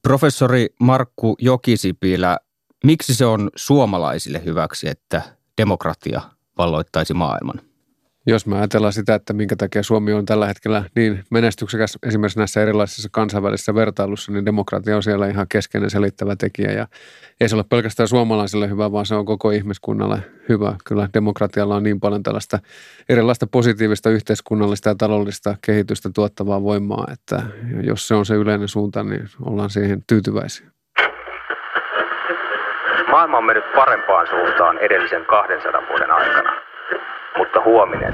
Professori Markku Jokisipilä, miksi se on suomalaisille hyväksi, että demokratia valloittaisi maailman? Jos me ajatellaan sitä, että minkä takia Suomi on tällä hetkellä niin menestyksekäs esimerkiksi näissä erilaisissa kansainvälisissä vertailussa, niin demokratia on siellä ihan keskeinen selittävä tekijä. Ja ei se ole pelkästään suomalaisille hyvä, vaan se on koko ihmiskunnalle hyvä. Kyllä demokratialla on niin paljon tällaista erilaista positiivista yhteiskunnallista ja taloudellista kehitystä tuottavaa voimaa, että jos se on se yleinen suunta, niin ollaan siihen tyytyväisiä. Maailma on mennyt parempaan suuntaan edellisen 200 vuoden aikana. Mutta huominen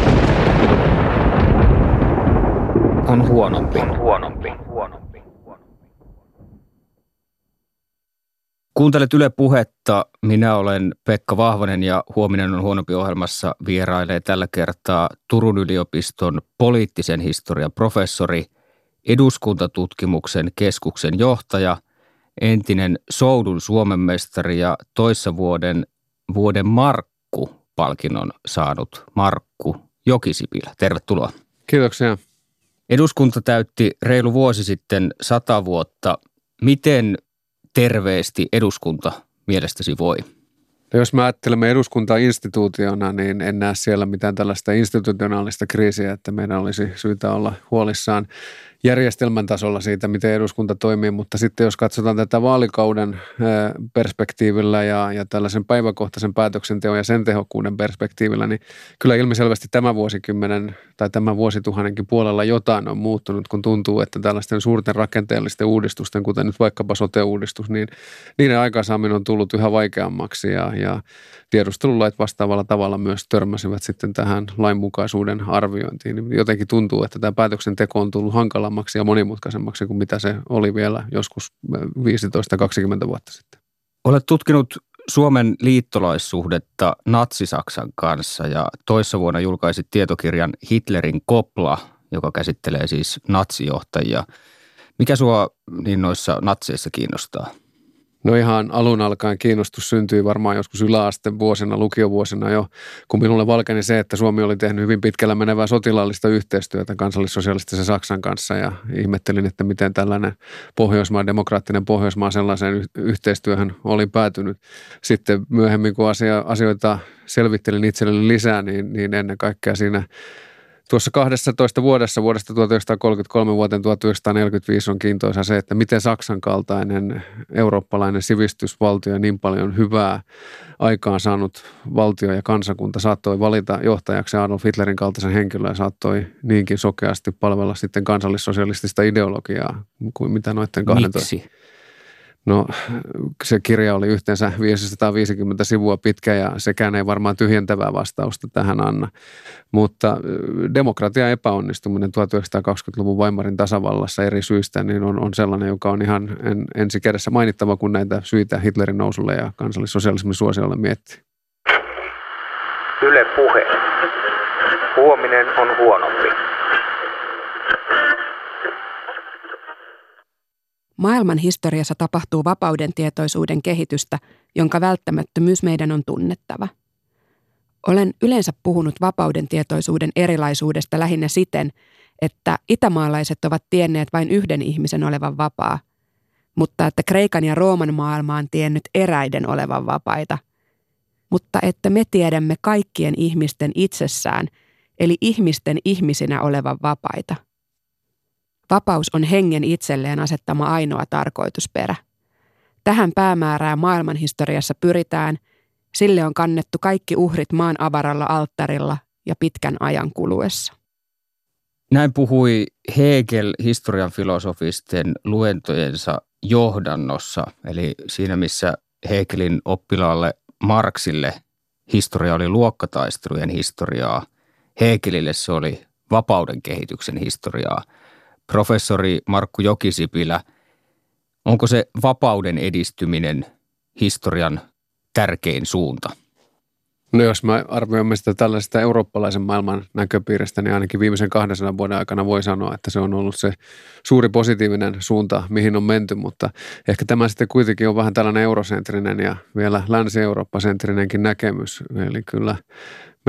on huonompi. Kuuntelet Yle Puhetta. Minä olen Pekka Vahvanen ja Huominen on huonompi -ohjelmassa vierailee tällä kertaa Turun yliopiston poliittisen historian professori, eduskuntatutkimuksen keskuksen johtaja, entinen Soudun Suomenmestari ja toissa vuoden Markku-palkinnon saanut Markku Jokisipilä. Tervetuloa. Kiitoksia. Eduskunta täytti reilu vuosi sitten 100 vuotta. Miten terveesti eduskunta mielestäsi voi? No jos me ajattelemme eduskuntaa instituutiona, niin en näe siellä mitään tällaista institutionaalista kriisiä, että meidän olisi syytä olla huolissaan järjestelmän tasolla siitä, miten eduskunta toimii, mutta sitten jos katsotaan tätä vaalikauden perspektiivillä ja tällaisen päiväkohtaisen päätöksenteon ja sen tehokkuuden perspektiivillä, niin kyllä ilmiselvästi tämän vuosikymmenen tai tämän vuosituhannenkin puolella jotain on muuttunut, kun tuntuu, että tällaisten suurten rakenteellisten uudistusten, kuten nyt vaikkapa sote-uudistus, niin niiden aikaansaaminen on tullut yhä vaikeammaksi ja tiedustelulait vastaavalla tavalla myös törmäsivät sitten tähän lainmukaisuuden arviointiin. Jotenkin tuntuu, että tämä päätöksenteko on tullut hankalammaksi ja monimutkaisemmaksi kuin mitä se oli vielä joskus 15-20 vuotta sitten. Olet tutkinut Suomen liittolaissuhdetta Natsi-Saksan kanssa ja toissa vuonna julkaisit tietokirjan Hitlerin kopla, joka käsittelee siis natsijohtajia. Mikä sua niin noissa natseissa kiinnostaa? No ihan alun alkaen kiinnostus syntyi varmaan joskus yläastevuosina, lukiovuosina jo, kun minulle valkeni se, että Suomi oli tehnyt hyvin pitkällä menevää sotilaallista yhteistyötä kansallissosialistisen Saksan kanssa ja ihmettelin, että miten tällainen demokraattinen Pohjoismaa sellaiseen yhteistyöhön oli päätynyt. Sitten myöhemmin, kun asioita selvittelin itselleni lisää, niin ennen kaikkea siinä tuossa 12 vuodesta 1933 vuoteen 1945 on kiintoisa se, että miten Saksan kaltainen eurooppalainen sivistysvaltio ja niin paljon hyvää aikaan saanut valtio ja kansakunta saattoi valita johtajaksi Adolf Hitlerin kaltaisen henkilön ja saattoi niinkin sokeasti palvella sitten kansallissosialistista ideologiaa kuin mitä noiden 12. Miksi? No se kirja oli yhteensä 550 sivua pitkä ja sekään ei varmaan tyhjentävää vastausta tähän anna. Mutta demokratian epäonnistuminen 1920-luvun Weimarin tasavallassa eri syistä niin on sellainen, joka on ihan ensi kädessä mainittava, kun näitä syitä Hitlerin nousulle ja kansallissosialismin suosiolle miettii. Yle Puhe. Huominen on huonompi. Maailman historiassa tapahtuu vapauden tietoisuuden kehitystä, jonka välttämättömyys meidän on tunnettava. Olen yleensä puhunut vapauden tietoisuuden erilaisuudesta lähinnä siten, että itämaalaiset ovat tienneet vain yhden ihmisen olevan vapaa, mutta että Kreikan ja Rooman maailma on tiennyt eräiden olevan vapaita, mutta että me tiedämme kaikkien ihmisten itsessään, eli ihmisten ihmisinä olevan vapaita. Vapaus on hengen itselleen asettama ainoa tarkoitusperä. Tähän päämäärään maailmanhistoriassa pyritään, sille on kannettu kaikki uhrit maan avaralla alttarilla ja pitkän ajan kuluessa. Näin puhui Hegel historian filosofisten luentojensa johdannossa, eli siinä missä Hegelin oppilaalle Marxille historia oli luokkataistelujen historiaa, Hegelille se oli vapauden kehityksen historiaa. Professori Markku Jokisipilä, onko se vapauden edistyminen historian tärkein suunta? No jos me arvioimme sitä tällaisesta eurooppalaisen maailman näköpiiristä, niin ainakin viimeisen 200 vuoden aikana voi sanoa, että se on ollut se suuri positiivinen suunta, mihin on menty, mutta ehkä tämä sitten kuitenkin on vähän tällainen eurosentrinen ja vielä Länsi-Eurooppa-sentrinenkin näkemys. Eli kyllä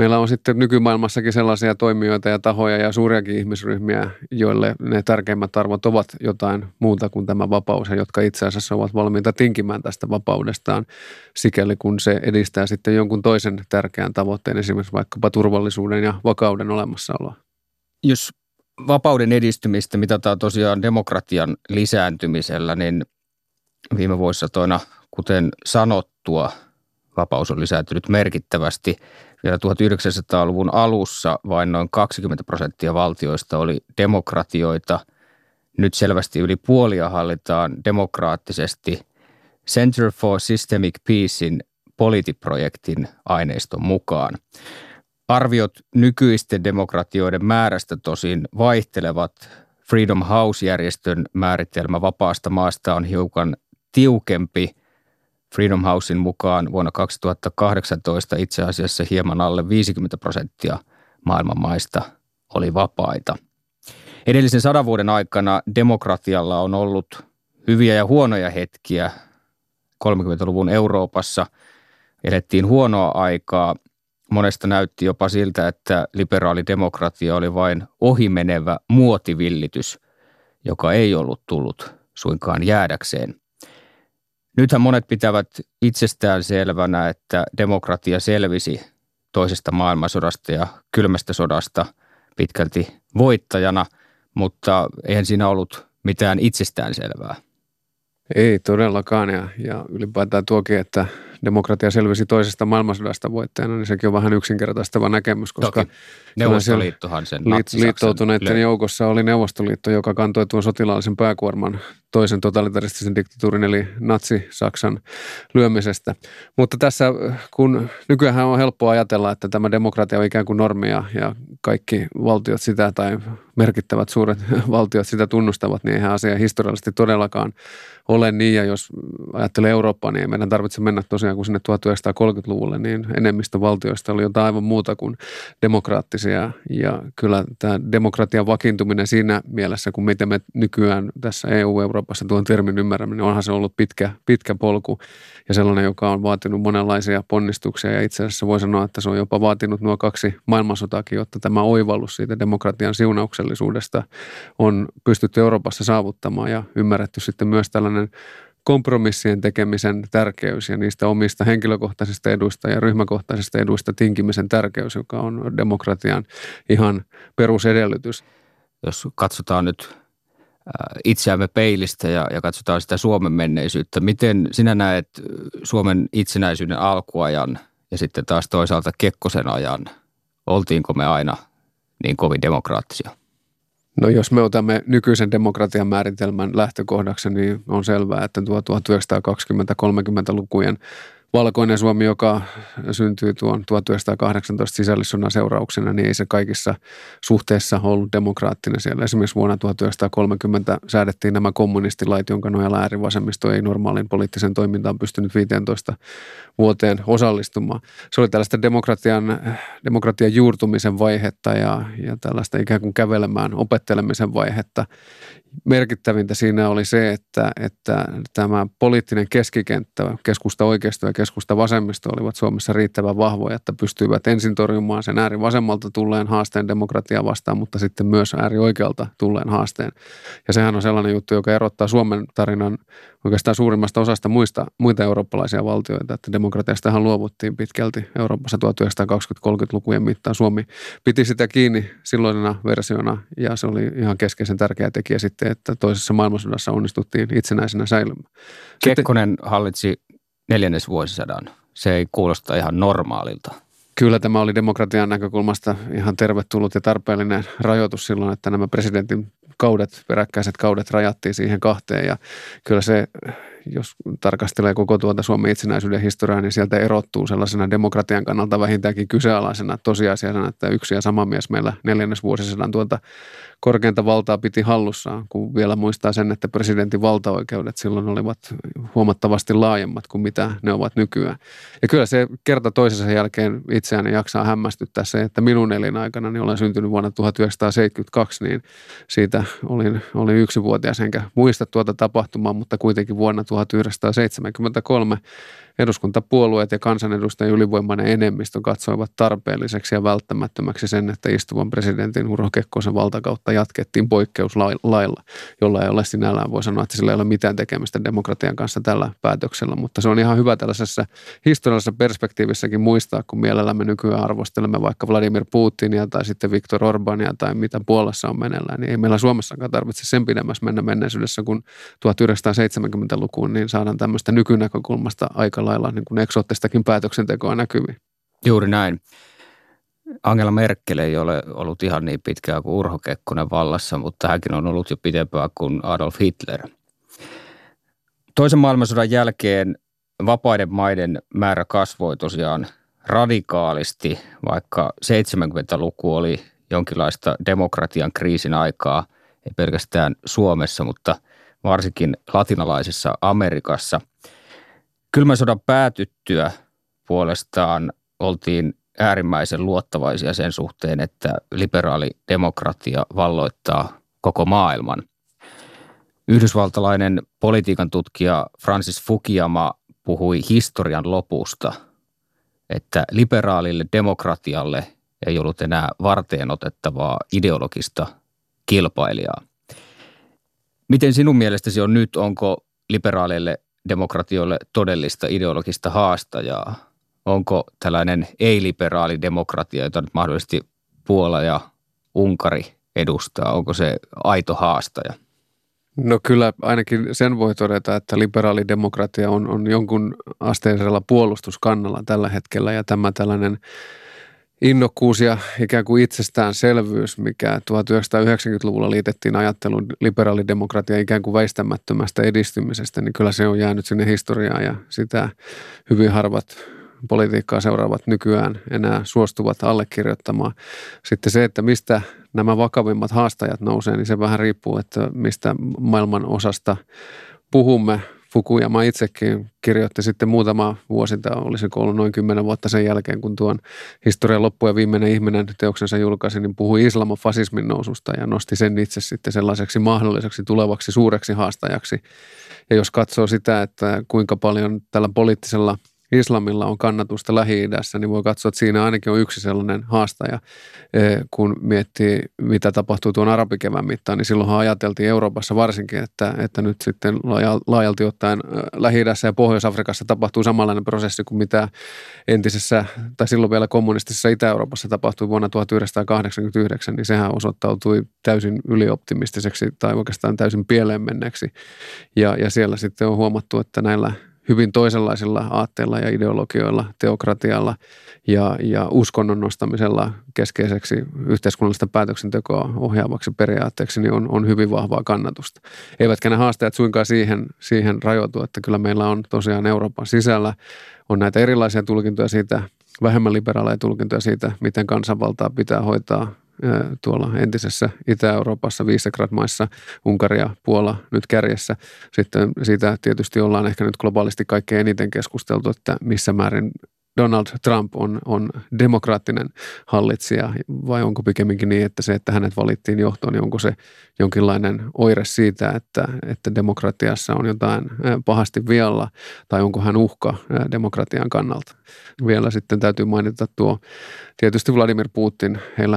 meillä on sitten nykymaailmassakin sellaisia toimijoita ja tahoja ja suuriakin ihmisryhmiä, joille ne tärkeimmät arvot ovat jotain muuta kuin tämä vapaus, ja jotka itse asiassa ovat valmiita tinkimään tästä vapaudestaan sikäli, kun se edistää sitten jonkun toisen tärkeän tavoitteen, esimerkiksi vaikkapa turvallisuuden ja vakauden olemassaoloa. Jos vapauden edistymistä mitataan tosiaan demokratian lisääntymisellä, niin viime vuosisatoina, kuten sanottua, vapaus on lisääntynyt merkittävästi. Vielä 1900-luvun alussa vain noin 20% valtioista oli demokratioita. Nyt selvästi yli puolia hallitaan demokraattisesti Center for Systemic Peacein Polity-projektin aineiston mukaan. Arviot nykyisten demokratioiden määrästä tosin vaihtelevat. Freedom House-järjestön määritelmä vapaasta maasta on hiukan tiukempi. Freedom Housein mukaan vuonna 2018 itse asiassa hieman alle 50% maailman maista oli vapaita. Edellisen 100 vuoden aikana demokratialla on ollut hyviä ja huonoja hetkiä. 30-luvun Euroopassa elettiin huonoa aikaa. Monesta näytti jopa siltä, että liberaali demokratia oli vain ohimenevä muotivillitys, joka ei ollut tullut suinkaan jäädäkseen. Nythän monet pitävät itsestään selvänä, että demokratia selvisi toisesta maailmansodasta ja kylmästä sodasta pitkälti voittajana, mutta eihän siinä ollut mitään itsestäänselvää. Ei todellakaan, ja ylipäätään tuokin, että demokratia selvisi toisesta maailmansodasta voittajana, niin sekin on vähän yksinkertaistava näkemys, koska Neuvostoliittohan sen liittoutuneiden joukossa oli Neuvostoliitto, joka kantoi tuon sotilaallisen pääkuorman toisen totalitaristisen diktatuurin eli natsi-Saksan lyömisestä. Mutta tässä, kun nykyään on helppoa ajatella, että tämä demokratia on ikään kuin normia ja kaikki valtiot sitä tai merkittävät suuret valtiot sitä tunnustavat, niin eihän asia historiallisesti todellakaan ole niin. Ja jos ajattelee Eurooppaa, niin ei meidän tarvitse mennä tosiaan kuin sinne 1930-luvulle, niin enemmistö valtioista oli jotain aivan muuta kuin demokraattisia. Ja kyllä tämä demokratian vakiintuminen siinä mielessä, kun miten me nykyään tässä EU-Euroopassa tuon termin ymmärrämme, niin onhan se ollut pitkä polku ja sellainen, joka on vaatinut monenlaisia ponnistuksia. Ja itse asiassa voi sanoa, että se on jopa vaatinut nuo 2 maailmansotaakin, jotta tämä oivallus siitä demokratian siunauksellisuudesta on pystytty Euroopassa saavuttamaan ja ymmärretty sitten myös tällainen kompromissien tekemisen tärkeys ja niistä omista henkilökohtaisista eduista ja ryhmäkohtaisista eduista tinkimisen tärkeys, joka on demokratian ihan perusedellytys. Jos katsotaan nyt itseämme peilistä ja katsotaan sitä Suomen menneisyyttä, miten sinä näet Suomen itsenäisyyden alkuajan ja sitten taas toisaalta Kekkosen ajan? Oltiinko me aina niin kovin demokraattisia? No jos me otamme nykyisen demokratian määritelmän lähtökohdaksi, niin on selvää, että tuo 1920-30-lukujen valkoinen Suomi, joka syntyi tuon 1918 sisällissodan seurauksena, niin ei se kaikissa suhteissa ollut demokraattinen. Siellä esimerkiksi vuonna 1930 säädettiin nämä kommunistilait, jonka nojalla äärivasemmisto ei normaalin poliittisen toimintaan pystynyt 15 vuoteen osallistumaan. Se oli tällaista demokratian juurtumisen vaihetta ja tällaista ikään kuin kävelemään opettelemisen vaihetta. Merkittävintä siinä oli se, että tämä poliittinen keskikenttä, keskusta oikeisto ja keskusta vasemmisto olivat Suomessa riittävän vahvoja, että pystyivät ensin torjumaan sen äärivasemmalta tulleen haasteen demokratiaa vastaan, mutta sitten myös äärioikealta tulleen haasteen. Ja sehän on sellainen juttu, joka erottaa Suomen tarinan oikeastaan suurimmasta osasta muita eurooppalaisia valtioita, että demokratiastahan luovuttiin pitkälti Euroopassa 1920-30-lukujen mittaan. Suomi piti sitä kiinni silloisena versiona ja se oli ihan keskeisen tärkeä tekijä sitten, että toisessa maailmansodassa onnistuttiin itsenäisenä säilymään. Kekkonen hallitsi 4. vuosisadan. Se ei kuulosta ihan normaalilta. Kyllä tämä oli demokratian näkökulmasta ihan tervetullut ja tarpeellinen rajoitus silloin, että nämä presidentin peräkkäiset kaudet rajattiin siihen 2 ja kyllä se, jos tarkastelee koko tuota Suomen itsenäisyyden historiaa, niin sieltä erottuu sellaisena demokratian kannalta vähintäänkin kyseenalaisena tosiasiana, että yksi ja sama mies meillä 4. vuosisadan tuota korkeinta valtaa piti hallussaan, kun vielä muistaa sen, että presidentin valtaoikeudet silloin olivat huomattavasti laajemmat kuin mitä ne ovat nykyään. Ja kyllä se kerta toisensa jälkeen itseäni jaksaa hämmästyttää se, että minun elinaikana, niin olen syntynyt vuonna 1972, niin siitä olin 1-vuotias, enkä muista tuota tapahtumaa, mutta kuitenkin vuonna 1973 eduskuntapuolueet ja kansanedustajien ylivoimainen enemmistö katsoivat tarpeelliseksi ja välttämättömäksi sen, että istuvan presidentin Urho Kekkosen valtakautta jatkettiin poikkeuslailla, jolla ei ole sinällään, voi sanoa, että sillä ei ole mitään tekemistä demokratian kanssa tällä päätöksellä, mutta se on ihan hyvä tällaisessa historiallisessa perspektiivissäkin muistaa, kun mielellämme nykyään arvostelemme vaikka Vladimir Putinia tai sitten Viktor Orbania tai mitä Puolassa on meneillään, niin ei meillä Suomessakaan tarvitse sen pidemmässä mennä menneisyydessä kuin 1970-lukuun, niin saadaan tämmöistä nykynäkökulmasta aika lailla niin kuin eksoottistakin päätöksentekoa näkyviin. Juuri näin. Angela Merkel ei ole ollut ihan niin pitkään kuin Urho Kekkonen vallassa, mutta hänkin on ollut jo pidempään kuin Adolf Hitler. Toisen maailmansodan jälkeen vapaiden maiden määrä kasvoi tosiaan radikaalisti, vaikka 70-luku oli jonkinlaista demokratian kriisin aikaa, ei pelkästään Suomessa, mutta varsinkin latinalaisessa Amerikassa. Kylmän sodan päätyttyä puolestaan oltiin äärimmäisen luottavaisia sen suhteen, että liberaali demokratia valloittaa koko maailman. Yhdysvaltalainen politiikan tutkija Francis Fukuyama puhui historian lopusta, että liberaalille demokratialle ei ollut enää varteenotettavaa ideologista kilpailijaa. Miten sinun mielestäsi on nyt, onko liberaaleille demokratioille todellista ideologista haastajaa? Onko tällainen ei-liberaali demokratia, jota nyt mahdollisesti Puola ja Unkari edustaa, onko se aito haastaja? No kyllä ainakin sen voi todeta, että liberaali demokratia on jonkun asteisella puolustuskannalla tällä hetkellä ja tämä tällainen innokkuus ja ikään kuin itsestäänselvyys, mikä 1990-luvulla liitettiin ajattelun liberaalidemokratia ikään kuin väistämättömästä edistymisestä, niin kyllä se on jäänyt sinne historiaan ja sitä hyvin harvat politiikkaa seuraavat nykyään enää suostuvat allekirjoittamaan. Sitten se, että mistä nämä vakavimmat haastajat nousee, niin se vähän riippuu, että mistä maailman osasta puhumme. Fukuyama itsekin kirjoitti sitten muutama vuosi, olisiko ollut noin 10 vuotta sen jälkeen, kun tuon historian loppu ja viimeinen ihminen teoksensa julkaisi, niin puhui islamofasismin noususta ja nosti sen itse sitten sellaiseksi mahdolliseksi tulevaksi suureksi haastajaksi. Ja jos katsoo sitä, että kuinka paljon tällä poliittisella islamilla on kannatusta Lähi-idässä, niin voi katsoa, että siinä ainakin on yksi sellainen haastaja. Kun miettii, mitä tapahtuu tuon arabikevään mittaan, niin silloinhan ajateltiin Euroopassa varsinkin, että nyt sitten laajalti ottaen Lähi-idässä ja Pohjois-Afrikassa tapahtuu samanlainen prosessi kuin mitä entisessä, tai silloin vielä kommunistisessa Itä-Euroopassa tapahtui vuonna 1989, niin sehän osoittautui täysin ylioptimistiseksi tai oikeastaan täysin pieleen menneeksi. Ja siellä sitten on huomattu, että näillä hyvin toisenlaisilla aatteilla ja ideologioilla, teokratialla ja uskonnon nostamisella keskeiseksi yhteiskunnallista päätöksentekoa ohjaavaksi periaatteeksi, niin on hyvin vahvaa kannatusta. Eivätkä ne haasteet suinkaan siihen rajoitu, että kyllä meillä on tosiaan Euroopan sisällä on näitä erilaisia tulkintoja siitä, vähemmän liberaaleja tulkintoja siitä, miten kansanvaltaa pitää hoitaa tuolla entisessä Itä-Euroopassa, Visegrad-maissa, Unkari ja Puola nyt kärjessä. Sitten siitä tietysti ollaan ehkä nyt globaalisti kaikkein eniten keskusteltu, että missä määrin Donald Trump on demokraattinen hallitsija vai onko pikemminkin niin, että se, että hänet valittiin johtoon, niin onko se jonkinlainen oire siitä, että demokratiassa on jotain pahasti vialla tai onko hän uhka demokratian kannalta. Vielä sitten täytyy mainita tuo tietysti Vladimir Putin.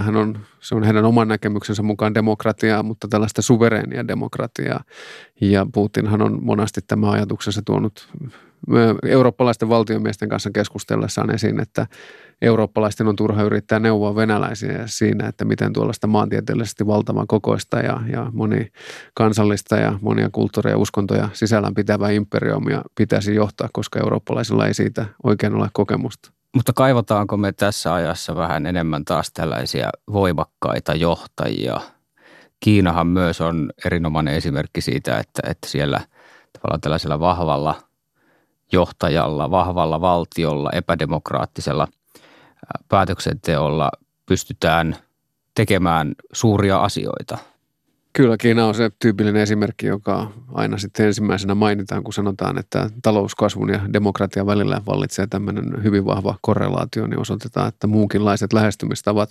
Se on heidän oman näkemyksensä mukaan demokratiaa, mutta tällaista suvereenia demokratiaa. Ja Putinhan on monasti tämä ajatuksensa tuonut eurooppalaisten valtiomiesten kanssa keskustellessaan esiin, että eurooppalaisten on turha yrittää neuvoa venäläisiä siinä, että miten tuollaista maantieteellisesti valtavan kokoista ja monikansallista ja monia kulttuureja ja uskontoja sisällään pitävää imperiumia pitäisi johtaa, koska eurooppalaisilla ei siitä oikein ole kokemusta. Mutta kaivataanko me tässä ajassa vähän enemmän taas tällaisia voimakkaita johtajia? Kiinahan myös on erinomainen esimerkki siitä, että siellä tavallaan tällaisella vahvalla johtajalla, vahvalla valtiolla, epädemokraattisella päätöksenteolla pystytään tekemään suuria asioita. Kyllä Kiina on se tyypillinen esimerkki, joka aina sitten ensimmäisenä mainitaan, kun sanotaan, että talouskasvun ja demokratian välillä vallitsee tämmöinen hyvin vahva korrelaatio, niin osoitetaan, että muunkinlaiset lähestymistavat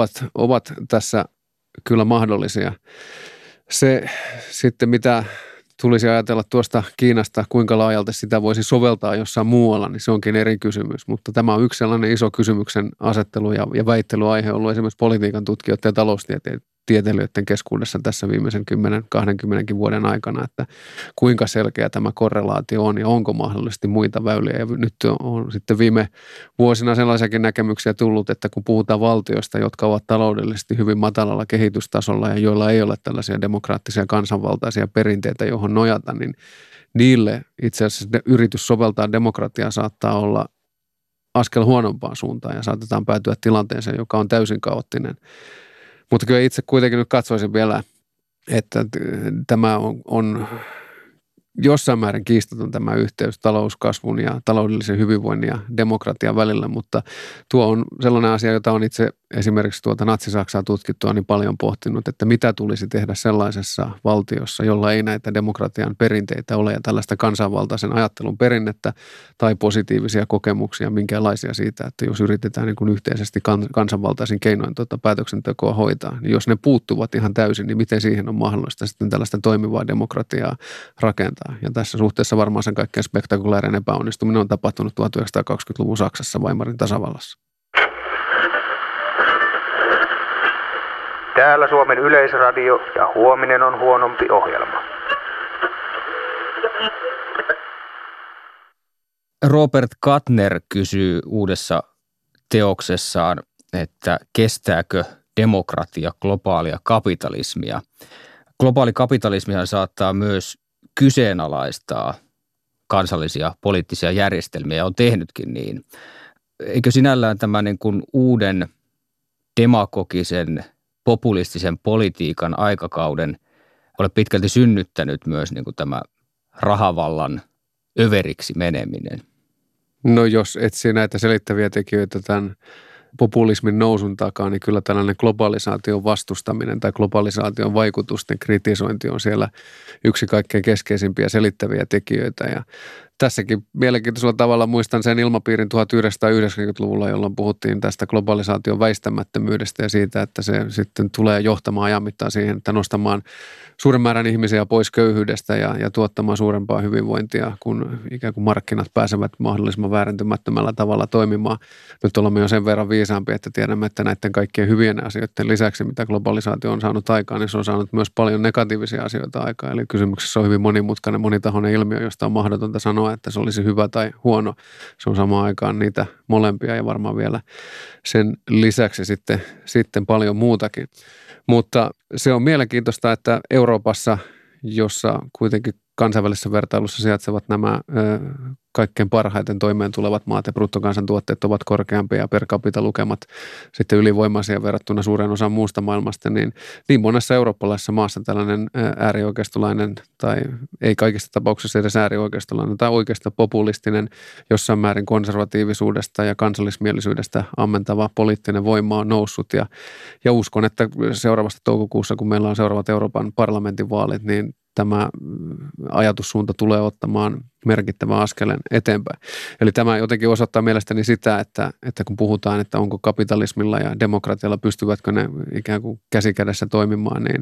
ovat tässä kyllä mahdollisia. Se sitten, mitä tulisi ajatella tuosta Kiinasta, kuinka laajalti sitä voisi soveltaa jossain muualla, niin se onkin eri kysymys. Mutta tämä on yksi sellainen iso kysymyksen asettelu ja väittelyaihe ollut esimerkiksi politiikan tutkijoiden ja taloustieteilijöiden keskuudessa tässä viimeisen 10-20 vuoden aikana, että kuinka selkeä tämä korrelaatio on ja onko mahdollisesti muita väyliä. Ja nyt on sitten viime vuosina sellaisiakin näkemyksiä tullut, että kun puhutaan valtioista, jotka ovat taloudellisesti hyvin matalalla kehitystasolla ja joilla ei ole tällaisia demokraattisia kansanvaltaisia perinteitä, johon nojata, niin niille itse asiassa yritys soveltaa demokratiaa saattaa olla askel huonompaan suuntaan ja saatetaan päätyä tilanteeseen, joka on täysin kaoottinen. Mutta kyllä itse kuitenkin nyt katsoisin vielä, että tämä on jossain määrin kiistaton tämä yhteys talouskasvun ja taloudellisen hyvinvoinnin ja demokratian välillä, mutta tuo on sellainen asia, jota on itse esimerkiksi tuota Natsi-Saksaa tutkittua niin paljon pohtinut, että mitä tulisi tehdä sellaisessa valtiossa, jolla ei näitä demokratian perinteitä ole ja tällaista kansanvaltaisen ajattelun perinnettä tai positiivisia kokemuksia minkälaisia siitä, että jos yritetään niin kuin yhteisesti kansanvaltaisin keinoin tuota päätöksentekoa hoitaa, niin jos ne puuttuvat ihan täysin, niin miten siihen on mahdollista sitten tällaista toimivaa demokratiaa rakentaa. Ja tässä suhteessa varmaan sen kaikkein spektakuläärinen epäonnistuminen on tapahtunut 1920-luvun Saksassa Weimarin tasavallassa. Täällä Suomen Yleisradio ja huominen on huonompi ohjelma. Robert Kattner kysyy uudessa teoksessaan, että kestääkö demokratia globaalia kapitalismia. Globaali kapitalismihan saattaa myös kyseenalaistaa kansallisia poliittisia järjestelmiä ja on tehnytkin niin. Eikö sinällään tämä niin kuin uuden demagogisen populistisen politiikan aikakauden ole pitkälti synnyttänyt myös niin kuin tämä rahavallan överiksi meneminen? No jos etsii näitä selittäviä tekijöitä tämän populismin nousun takaa, niin kyllä tällainen globalisaation vastustaminen tai globalisaation vaikutusten kritisointi on siellä yksi kaikkein keskeisimpiä selittäviä tekijöitä. Ja tässäkin mielenkiintoisella tavalla muistan sen ilmapiirin 1990-luvulla, jolloin puhuttiin tästä globalisaation väistämättömyydestä ja siitä, että se sitten tulee johtamaan ajan mittaan siihen, että nostamaan suuren määrän ihmisiä pois köyhyydestä ja tuottamaan suurempaa hyvinvointia, kun ikään kuin markkinat pääsevät mahdollisimman väärentymättömällä tavalla toimimaan. Nyt olemme jo sen verran viisaampia, että tiedämme, että näiden kaikkien hyvien asioiden lisäksi, mitä globalisaatio on saanut aikaan, niin se on saanut myös paljon negatiivisia asioita aikaan. Eli kysymyksessä on hyvin monimutkainen, monitahoinen ilmiö, josta on mahdotonta sanoa, että se olisi hyvä tai huono. Se on samaan aikaan niitä molempia ja varmaan vielä sen lisäksi sitten paljon muutakin. Mutta se on mielenkiintoista, että Euroopassa, jossa kuitenkin kansainvälisessä vertailussa sijaitsevat nämä kaikkein parhaiten toimeen tulevat maat ja bruttokansantuotteet ovat korkeampia ja per capita lukemat sitten ylivoimaisia verrattuna suureen osaan muusta maailmasta, niin monessa eurooppalaisessa maassa tällainen äärioikeistolainen tai ei kaikissa tapauksissa edes äärioikeistolainen tai oikeastaan populistinen jossain määrin konservatiivisuudesta ja kansallismielisyydestä ammentava poliittinen voima on noussut ja uskon, että seuraavasta toukokuussa, kun meillä on seuraavat Euroopan parlamentin vaalit, niin tämä ajatussuunta tulee ottamaan merkittävän askeleen eteenpäin. Eli tämä jotenkin osoittaa mielestäni sitä, että kun puhutaan, että onko kapitalismilla ja demokratialla, pystyvätkö ne ikään kuin käsikädessä toimimaan, niin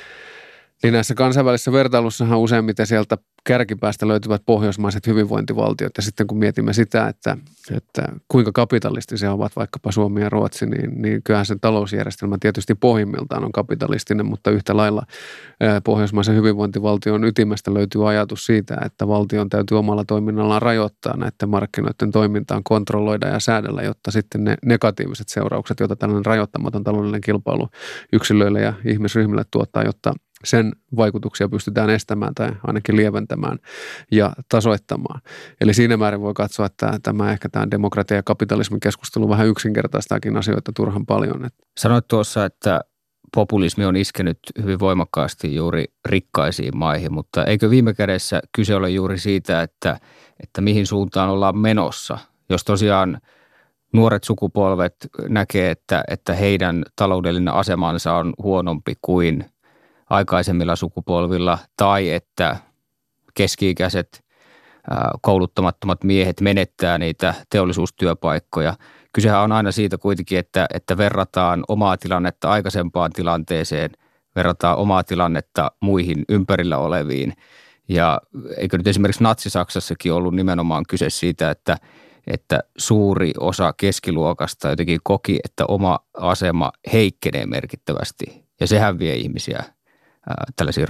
näissä kansainvälisissä vertailussahan useimmiten sieltä kärkipäästä löytyvät pohjoismaiset hyvinvointivaltiot. Ja sitten kun mietimme sitä, että kuinka kapitalistisia ovat vaikkapa Suomi ja Ruotsi, niin kyllähän sen talousjärjestelmä tietysti pohjimmiltaan on kapitalistinen, mutta yhtä lailla pohjoismaisen hyvinvointivaltion ytimestä löytyy ajatus siitä, että valtion täytyy omalla toiminnallaan rajoittaa näiden markkinoiden toimintaan, kontrolloida ja säädellä, jotta sitten ne negatiiviset seuraukset, joita tällainen rajoittamaton taloudellinen kilpailu yksilöille ja ihmisryhmille tuottaa, jotta sen vaikutuksia pystytään estämään tai ainakin lieventämään ja tasoittamaan. Eli siinä määrin voi katsoa, että tämä demokratia- ja kapitalismin keskustelu vähän yksinkertaistaakin asioita turhan paljon. Sanoit tuossa, että populismi on iskenyt hyvin voimakkaasti juuri rikkaisiin maihin, mutta eikö viime kädessä kyse ole juuri siitä, että mihin suuntaan ollaan menossa? Jos tosiaan nuoret sukupolvet näkee, että heidän taloudellinen asemansa on huonompi kuin aikaisemmilla sukupolvilla tai että keski-ikäiset kouluttamattomat miehet menettää niitä teollisuustyöpaikkoja. Kysehän on aina siitä kuitenkin, että verrataan omaa tilannetta aikaisempaan tilanteeseen, verrataan omaa tilannetta muihin ympärillä oleviin. Ja eikö nyt esimerkiksi Natsi-Saksassakin ollut nimenomaan kyse siitä, että suuri osa keskiluokasta jotenkin koki, että oma asema heikkenee merkittävästi. Ja sehän vie ihmisiä tällaisiin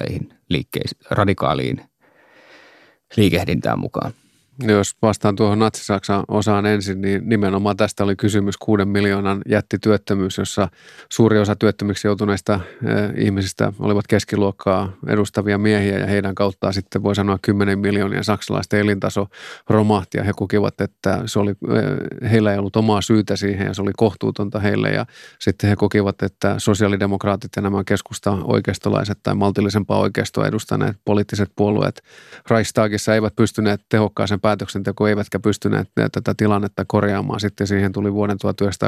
radikaaliin liikehdintään mukaan. Jos vastaan tuohon Natsi-Saksan osaan ensin, niin nimenomaan tästä oli kysymys 6 miljoonan jättityöttömyys, jossa suuri osa työttömiksi joutuneista ihmisistä olivat keskiluokkaa edustavia miehiä ja heidän kauttaan sitten voi sanoa 10 miljoonia saksalaisten elintaso romahti ja he kokivat, että heillä ei ollut omaa syytä siihen ja se oli kohtuutonta heille ja sitten he kokivat, että sosiaalidemokraatit ja nämä keskusta-oikeistolaiset tai maltillisempaa oikeistoa edustaneet poliittiset puolueet Reichstagissa eivät pystyneet tehokkaaseen päätöksenteko eivätkä pystyneet tätä tilannetta korjaamaan. Sitten siihen tuli vuoden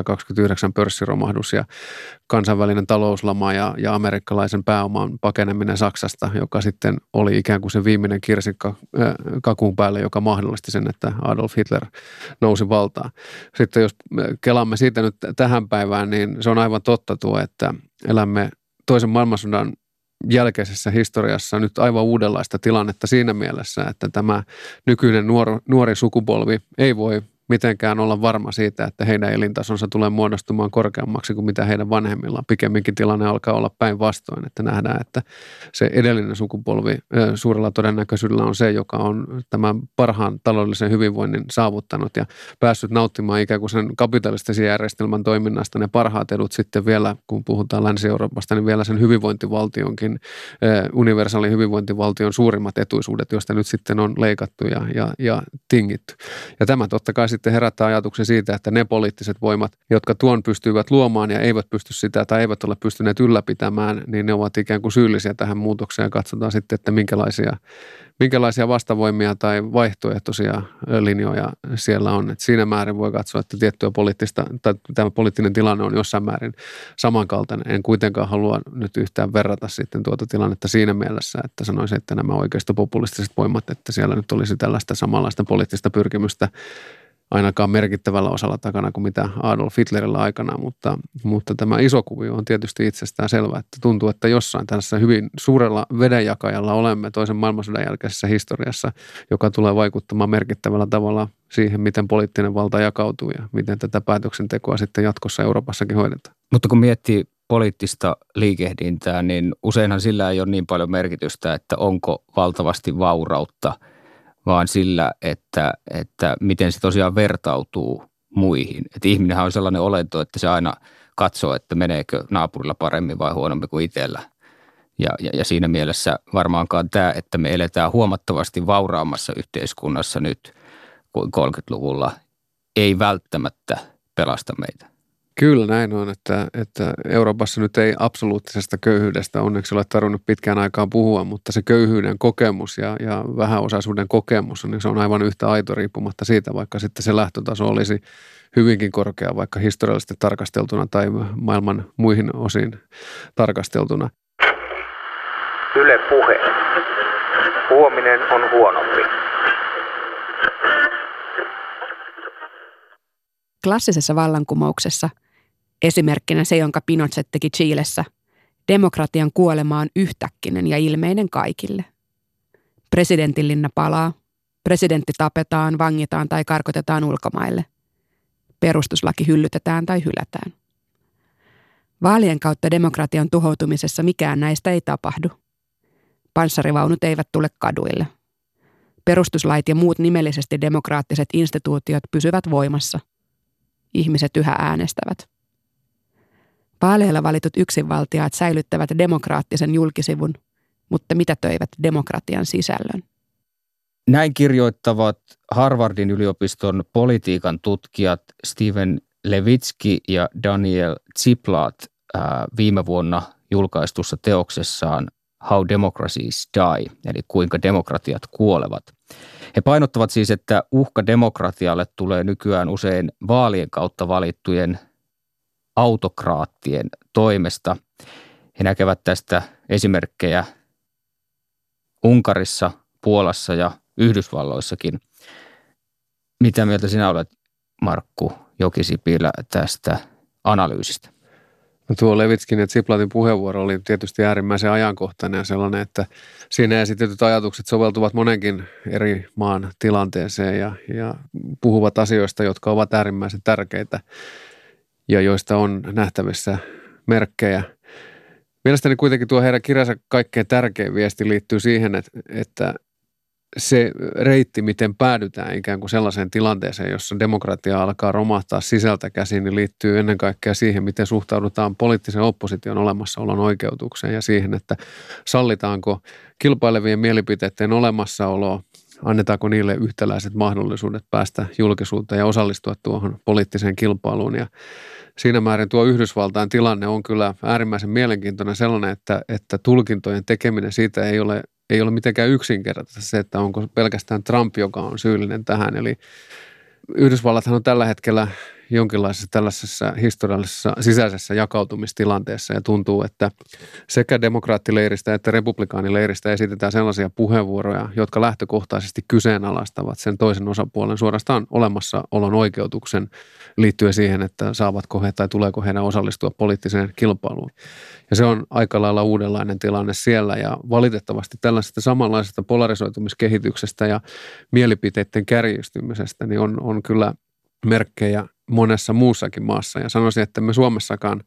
1929 pörssiromahdus ja kansainvälinen talouslama ja amerikkalaisen pääoman pakeneminen Saksasta, joka sitten oli ikään kuin se viimeinen kirsikka kakun päälle, joka mahdollisti sen, että Adolf Hitler nousi valtaan. Sitten jos kelaamme siitä nyt tähän päivään, niin se on aivan totta tuo, että elämme toisen maailmansodan jälkeisessä historiassa nyt aivan uudenlaista tilannetta siinä mielessä, että tämä nykyinen nuori sukupolvi ei voi mitenkään olla varma siitä, että heidän elintasonsa tulee muodostumaan korkeammaksi kuin mitä heidän vanhemmillaan. Pikemminkin tilanne alkaa olla päinvastoin, että nähdään, että se edellinen sukupolvi suurella todennäköisyydellä on se, joka on tämän parhaan taloudellisen hyvinvoinnin saavuttanut ja päässyt nauttimaan ikään kuin sen kapitalistisen järjestelmän toiminnasta ne parhaat edut sitten vielä, kun puhutaan Länsi-Euroopasta, niin vielä sen hyvinvointivaltionkin, universaali hyvinvointivaltion suurimmat etuisuudet, joista nyt sitten on leikattu ja tingitty. Ja tämä totta kai sitten herättää ajatuksen siitä, että ne poliittiset voimat, jotka tuon pystyivät luomaan ja eivät pysty sitä tai eivät ole pystyneet ylläpitämään, niin ne ovat ikään kuin syyllisiä tähän muutokseen ja katsotaan sitten, että minkälaisia vastavoimia tai vaihtoehtoisia linjoja siellä on. Et siinä määrin voi katsoa, että tiettyä tämä poliittinen tilanne on jossain määrin samankaltainen. En kuitenkaan halua nyt yhtään verrata sitten tuota tilannetta siinä mielessä, että sanoisin, että nämä oikeistopopulistiset voimat, että siellä nyt olisi tällaista samanlaista poliittista pyrkimystä ainakaan merkittävällä osalla takana kuin mitä Adolf Hitlerillä aikanaan, mutta tämä iso kuvio on tietysti itsestään selvä, että tuntuu, että jossain tässä hyvin suurella vedenjakajalla olemme toisen maailmansodan jälkeisessä historiassa, joka tulee vaikuttamaan merkittävällä tavalla siihen, miten poliittinen valta jakautuu ja miten tätä päätöksentekoa sitten jatkossa Euroopassakin hoidetaan. Mutta kun miettii poliittista liikehdintää, niin useinhan sillä ei ole niin paljon merkitystä, että onko valtavasti vaurautta, vaan sillä, että miten se tosiaan vertautuu muihin. Että ihminenhän on sellainen olento, että se aina katsoo, että meneekö naapurilla paremmin vai huonommin kuin itsellä. Ja siinä mielessä varmaankaan tämä, että me eletään huomattavasti vauraammassa yhteiskunnassa nyt kuin 30-luvulla, ei välttämättä pelasta meitä. Kyllä näin on, että Euroopassa nyt ei absoluuttisesta köyhyydestä onneksi ole tarvinnut pitkään aikaan puhua, mutta se köyhyyden kokemus ja vähäosaisuuden kokemus, niin se on aivan yhtä aito riippumatta siitä, vaikka sitten se lähtötaso olisi hyvinkin korkea, vaikka historiallisesti tarkasteltuna tai maailman muihin osiin tarkasteltuna. Yle Puhe. Huominen on huonompi. Klassisessa vallankumouksessa, esimerkkinä se, jonka Pinochet teki Chilessä, demokratian kuolema on yhtäkkinen ja ilmeinen kaikille. Presidentinlinna palaa, presidentti tapetaan, vangitaan tai karkotetaan ulkomaille. Perustuslaki hyllytetään tai hylätään. Vaalien kautta demokratian tuhoutumisessa mikään näistä ei tapahdu. Panssarivaunut eivät tule kaduille. Perustuslait ja muut nimellisesti demokraattiset instituutiot pysyvät voimassa. Ihmiset yhä äänestävät. Vaaleilla valitut yksinvaltiaat säilyttävät demokraattisen julkisivun, mutta mitätöivät demokratian sisällön. Näin kirjoittavat Harvardin yliopiston politiikan tutkijat Steven Levitsky ja Daniel Ziblatt viime vuonna julkaistussa teoksessaan How Democracies Die, eli kuinka demokratiat kuolevat. He painottavat siis, että uhka demokratialle tulee nykyään usein vaalien kautta valittujen autokraattien toimesta. He näkevät tästä esimerkkejä Unkarissa, Puolassa ja Yhdysvalloissakin. Mitä mieltä sinä olet, Markku Jokisipilä, tästä analyysistä? No tuo Levitskin ja Ziplatin puheenvuoro oli tietysti äärimmäisen ajankohtainen ja sellainen, että siinä esitetyt ajatukset soveltuvat monenkin eri maan tilanteeseen ja puhuvat asioista, jotka ovat äärimmäisen tärkeitä ja joista on nähtävissä merkkejä. Mielestäni kuitenkin tuo heidän kirjansa kaikkein tärkein viesti liittyy siihen, että se reitti, miten päädytään ikään kuin sellaiseen tilanteeseen, jossa demokratia alkaa romahtaa sisältä käsin, niin liittyy ennen kaikkea siihen, miten suhtaudutaan poliittisen opposition olemassaolon oikeutukseen ja siihen, että sallitaanko kilpailevien mielipiteiden olemassaoloa, annetaanko niille yhtäläiset mahdollisuudet päästä julkisuuteen ja osallistua tuohon poliittiseen kilpailuun. Ja siinä määrin tuo Yhdysvaltain tilanne on kyllä äärimmäisen mielenkiintoinen sellainen, että tulkintojen tekeminen siitä ei ole mitenkään yksinkertaista se, että onko pelkästään Trump, joka on syyllinen tähän. Eli Yhdysvallathan on tällä hetkellä jonkinlaisessa tällaisessa historiallisessa sisäisessä jakautumistilanteessa ja tuntuu, että sekä demokraattileiristä että republikaanileiristä esitetään sellaisia puheenvuoroja, jotka lähtökohtaisesti kyseenalaistavat sen toisen osapuolen suorastaan olemassaolon oikeutuksen liittyen siihen, että saavatko he tai tuleeko heidän osallistua poliittiseen kilpailuun. Ja se on aika lailla uudenlainen tilanne siellä ja valitettavasti tällaisesta samanlaisesta polarisoitumiskehityksestä ja mielipiteiden kärjistymisestä niin on kyllä merkkejä monessa muussakin maassa ja sanoisin, että me Suomessakaan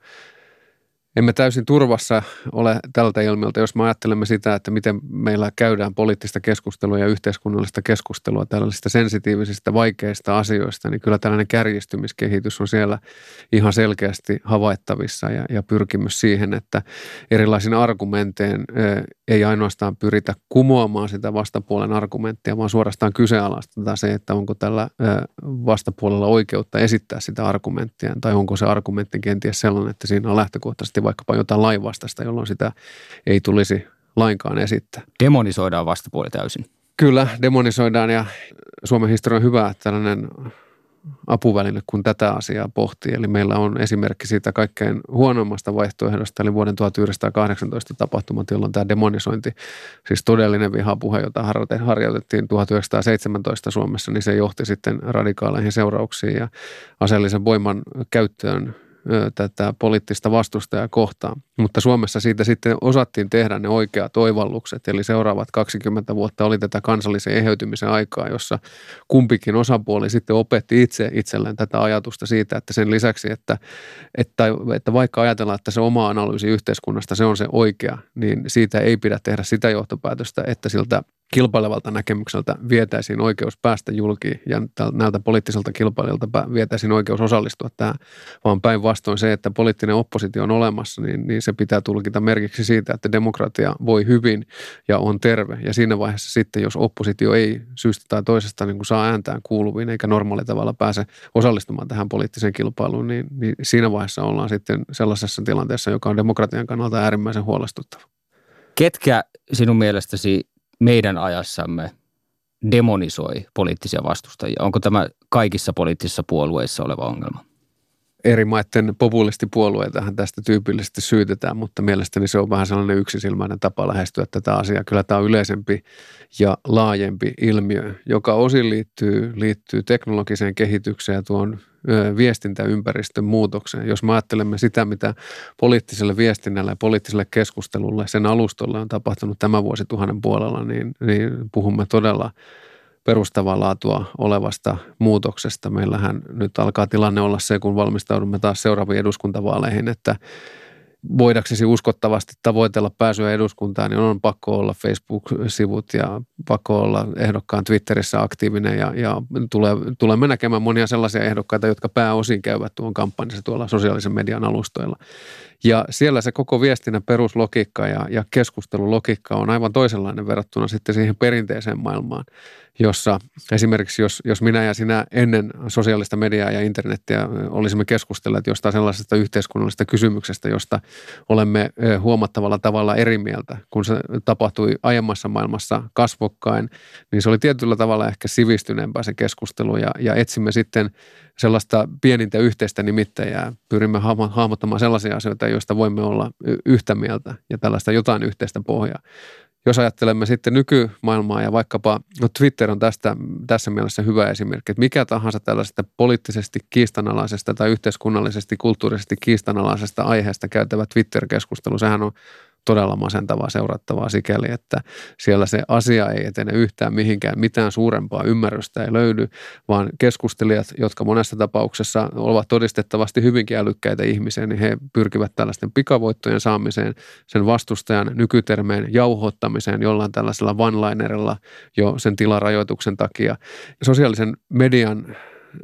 emme täysin turvassa ole tältä ilmiöltä, jos me ajattelemme sitä, että miten meillä käydään poliittista keskustelua ja yhteiskunnallista keskustelua tällaisista sensitiivisistä, vaikeista asioista, niin kyllä tällainen kärjistymiskehitys on siellä ihan selkeästi havaittavissa ja pyrkimys siihen, että erilaisin argumentein ei ainoastaan pyritä kumoamaan sitä vastapuolen argumenttia, vaan suorastaan kyseenalaistetaan se, että onko tällä vastapuolella oikeutta esittää sitä argumenttia tai onko se argumentti kenties sellainen, että siinä on lähtökohtaisesti vaikkapa jotain lainvastaista, jolloin sitä ei tulisi lainkaan esittää. Demonisoidaan vastapuoli täysin. Kyllä, demonisoidaan ja Suomen historia on hyvä tällainen apuväline, kun tätä asiaa pohtii. Eli meillä on esimerkki siitä kaikkein huonoimmasta vaihtoehdosta, eli vuoden 1918 tapahtumat, jolloin tämä demonisointi, siis todellinen vihapuhe, jota harjoitettiin 1917 Suomessa, niin se johti sitten radikaaleihin seurauksiin ja aseellisen voiman käyttöön tätä poliittista vastustajaa kohtaan. Mutta Suomessa siitä sitten osattiin tehdä ne oikeat oivallukset, eli seuraavat 20 vuotta oli tätä kansallisen eheytymisen aikaa, jossa kumpikin osapuoli sitten opetti itselleen tätä ajatusta siitä, että sen lisäksi, että vaikka ajatellaan, että se oma analyysi yhteiskunnasta, se on se oikea, niin siitä ei pidä tehdä sitä johtopäätöstä, että siltä kilpailevalta näkemykseltä vietäisiin oikeus päästä julki ja näiltä poliittiselta kilpailijalta vietäisiin oikeus osallistua tähän, vaan päinvastoin se, että poliittinen oppositio on olemassa, niin se pitää tulkita merkiksi siitä, että demokratia voi hyvin ja on terve. Ja siinä vaiheessa sitten, jos oppositio ei syystä tai toisesta niin kuin saa ääntään kuuluviin eikä normaalilla tavalla pääse osallistumaan tähän poliittiseen kilpailuun, niin siinä vaiheessa ollaan sitten sellaisessa tilanteessa, joka on demokratian kannalta äärimmäisen huolestuttava. Ketkä sinun mielestäsi meidän ajassamme demonisoi poliittisia vastustajia? Onko tämä kaikissa poliittisissa puolueissa oleva ongelma? Eri maiden populistipuolueitahan tästä tyypillisesti syytetään, mutta mielestäni se on vähän sellainen yksisilmäinen tapa lähestyä tätä asiaa. Kyllä tämä on yleisempi ja laajempi ilmiö, joka osin liittyy teknologiseen kehitykseen ja tuon viestintäympäristön muutokseen. Jos me ajattelemme sitä, mitä poliittiselle viestinnälle ja poliittiselle keskustelulle sen alustolle on tapahtunut tämän vuosituhannen puolella, niin puhumme todella perustavaa laatua olevasta muutoksesta. Meillähän nyt alkaa tilanne olla se, kun valmistaudumme taas seuraaviin eduskuntavaaleihin, että voidaksesi uskottavasti tavoitella pääsyä eduskuntaan, niin on pakko olla Facebook-sivut ja pakko olla ehdokkaan Twitterissä aktiivinen ja tulemme näkemään monia sellaisia ehdokkaita, jotka pääosin käyvät tuon kampanjassa tuolla sosiaalisen median alustoilla. Ja siellä se koko viestinnän peruslogiikka ja keskustelulogiikka on aivan toisenlainen verrattuna sitten siihen perinteiseen maailmaan, jossa esimerkiksi jos minä ja sinä ennen sosiaalista mediaa ja internettiä olisimme keskustelleet jostain sellaisesta yhteiskunnallisesta kysymyksestä, josta olemme huomattavalla tavalla eri mieltä, kun se tapahtui aiemmassa maailmassa kasvokkain, niin se oli tietyllä tavalla ehkä sivistyneempää se keskustelu ja etsimme sitten sellaista pienintä yhteistä nimittäjää, pyrimme hahmottamaan sellaisia asioita, joista voimme olla yhtä mieltä ja tällaista jotain yhteistä pohjaa. Jos ajattelemme sitten nykymaailmaa ja vaikkapa, no Twitter on tässä mielessä hyvä esimerkki, että mikä tahansa tällaisesta poliittisesti kiistanalaisesta tai yhteiskunnallisesti, kulttuurisesti kiistanalaisesta aiheesta käytävä Twitter-keskustelu, sehän on todella masentavaa seurattavaa sikäli, että siellä se asia ei etene yhtään mihinkään, mitään suurempaa ymmärrystä ei löydy, vaan keskustelijat, jotka monessa tapauksessa ovat todistettavasti hyvinkin älykkäitä ihmisiä, niin he pyrkivät tällaisten pikavoittojen saamiseen, sen vastustajan nykytermeen jauhoittamiseen jollain tällaisella one-linerilla jo sen tilarajoituksen takia. Sosiaalisen median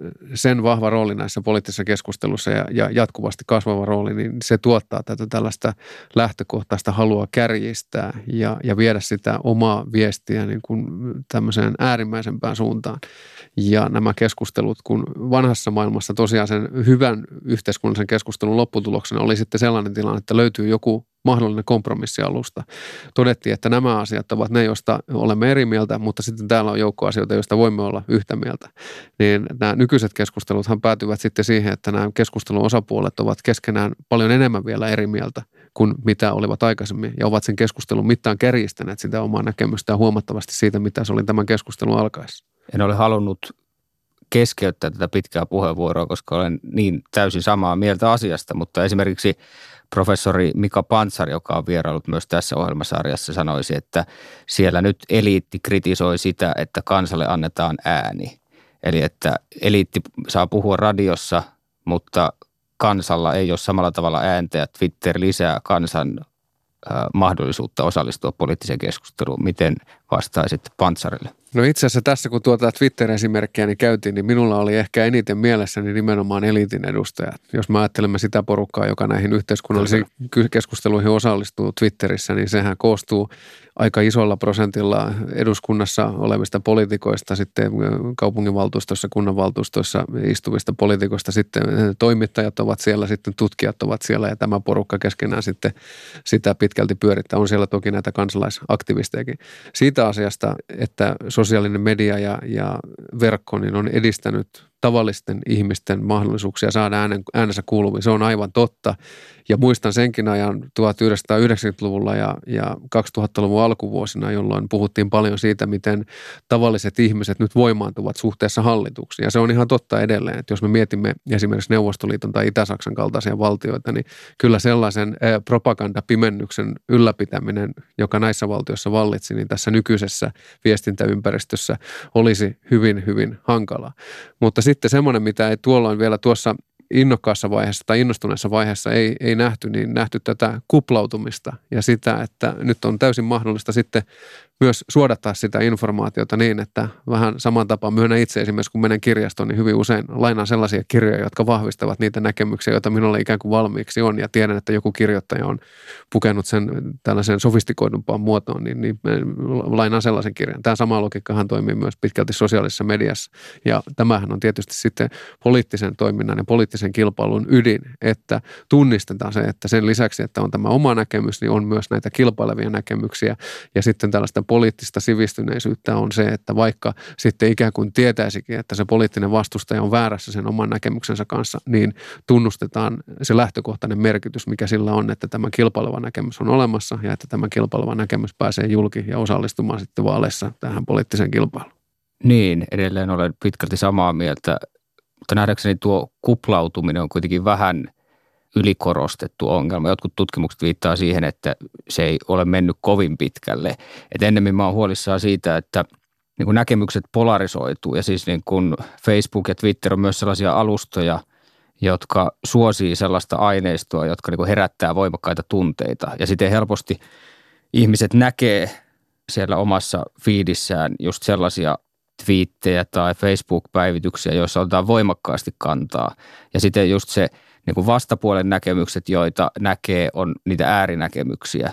sen vahva rooli näissä poliittisissa keskustelussa ja jatkuvasti kasvava rooli, niin se tuottaa tätä tällaista lähtökohtaista halua kärjistää ja viedä sitä omaa viestiä niin kuin tämmöiseen äärimmäisempään suuntaan. Ja nämä keskustelut, kun vanhassa maailmassa tosiaan sen hyvän yhteiskunnallisen keskustelun lopputuloksena oli sitten sellainen tilanne, että löytyy joku mahdollinen kompromissialusta. Todettiin, että nämä asiat ovat ne, joista olemme eri mieltä, mutta sitten täällä on joukko asioita, joista voimme olla yhtä mieltä. Niin nämä nykyiset keskusteluthan päätyvät sitten siihen, että nämä keskustelun osapuolet ovat keskenään paljon enemmän vielä eri mieltä kuin mitä olivat aikaisemmin ja ovat sen keskustelun mittaan kärjistäneet sitä omaa näkemystään huomattavasti siitä, mitä se oli tämän keskustelun alkaessa. En ole halunnut keskeyttää tätä pitkää puheenvuoroa, koska olen niin täysin samaa mieltä asiasta, mutta esimerkiksi professori Mika Pantsar, joka on vieraillut myös tässä ohjelmasarjassa, sanoisi, että siellä nyt eliitti kritisoi sitä, että kansalle annetaan ääni. Eli että eliitti saa puhua radiossa, mutta kansalla ei ole samalla tavalla ääntä ja Twitter lisää kansan mahdollisuutta osallistua poliittiseen keskusteluun. Miten vastaisit Pantsarille? No itse asiassa tässä, kun tuota Twitter-esimerkkiä niin käytiin, niin minulla oli ehkä eniten mielessäni nimenomaan eliitin edustajat. Jos me ajattelemme sitä porukkaa, joka näihin yhteiskunnallisiin keskusteluihin osallistuu Twitterissä, niin sehän koostuu aika isolla prosentilla eduskunnassa olevista poliitikoista, sitten kaupunginvaltuustossa, kunnanvaltuustoissa istuvista poliitikoista, sitten toimittajat ovat siellä, sitten tutkijat ovat siellä ja tämä porukka keskenään sitten sitä pitkälti pyörittää. On siellä toki näitä kansalaisaktivistejakin. Siitä asiasta, että sosiaalinen media ja verkko niin on edistänyt tavallisten ihmisten mahdollisuuksia saada äänensä kuuluviin. Se on aivan totta. Ja muistan senkin ajan 1990-luvulla ja 2000-luvun alkuvuosina, jolloin puhuttiin paljon siitä, miten tavalliset ihmiset nyt voimaantuvat suhteessa hallituksiin. Ja se on ihan totta edelleen, että jos me mietimme esimerkiksi Neuvostoliiton tai Itä-Saksan kaltaisia valtioita, niin kyllä sellaisen propagandapimennyksen ylläpitäminen, joka näissä valtioissa vallitsi, niin tässä nykyisessä viestintäympäristössä olisi hyvin, hyvin hankalaa. Mutta sitten semmoinen, mitä ei tuolloin vielä tuossa innokkaassa vaiheessa tai innostuneessa vaiheessa ei nähty, niin nähty tätä kuplautumista ja sitä, että nyt on täysin mahdollista sitten myös suodattaa sitä informaatiota niin, että vähän saman tapaan myönnän itse esimerkiksi, kun menen kirjastoon, niin hyvin usein lainaan sellaisia kirjoja, jotka vahvistavat niitä näkemyksiä, joita minulla ikään kuin valmiiksi on ja tiedän, että joku kirjoittaja on pukenut sen tällaiseen sofistikoidumpaan muotoon, niin lainaan sellaisen kirjan. Tämä sama logiikkahan toimii myös pitkälti sosiaalisessa mediassa ja tämähän on tietysti sitten poliittisen toiminnan ja poliittisen kilpailun ydin, että tunnistetaan se, että sen lisäksi, että on tämä oma näkemys, niin on myös näitä kilpailevia näkemyksiä ja sitten tällaista poliittista sivistyneisyyttä on se, että vaikka sitten ikään kuin tietäisikin, että se poliittinen vastustaja on väärässä sen oman näkemyksensä kanssa, niin tunnustetaan se lähtökohtainen merkitys, mikä sillä on, että tämä kilpaileva näkemys on olemassa ja että tämä kilpaileva näkemys pääsee julki ja osallistumaan sitten vaaleissa tähän poliittiseen kilpailuun. Niin, edelleen olen pitkälti samaa mieltä, mutta nähdäkseni tuo kuplautuminen on kuitenkin vähän ylikorostettu ongelma. Jotkut tutkimukset viittaa siihen, että se ei ole mennyt kovin pitkälle. Et ennemmin mä oon huolissaan siitä, että niin kun näkemykset polarisoituu ja siis niin kun Facebook ja Twitter on myös sellaisia alustoja, jotka suosii sellaista aineistoa, jotka niin kun herättää voimakkaita tunteita. Ja sitten helposti ihmiset näkee siellä omassa feedissään just sellaisia twiittejä tai Facebook-päivityksiä, joissa otetaan voimakkaasti kantaa. Ja sitten just se niin kuin vastapuolen näkemykset, joita näkee, on niitä äärinäkemyksiä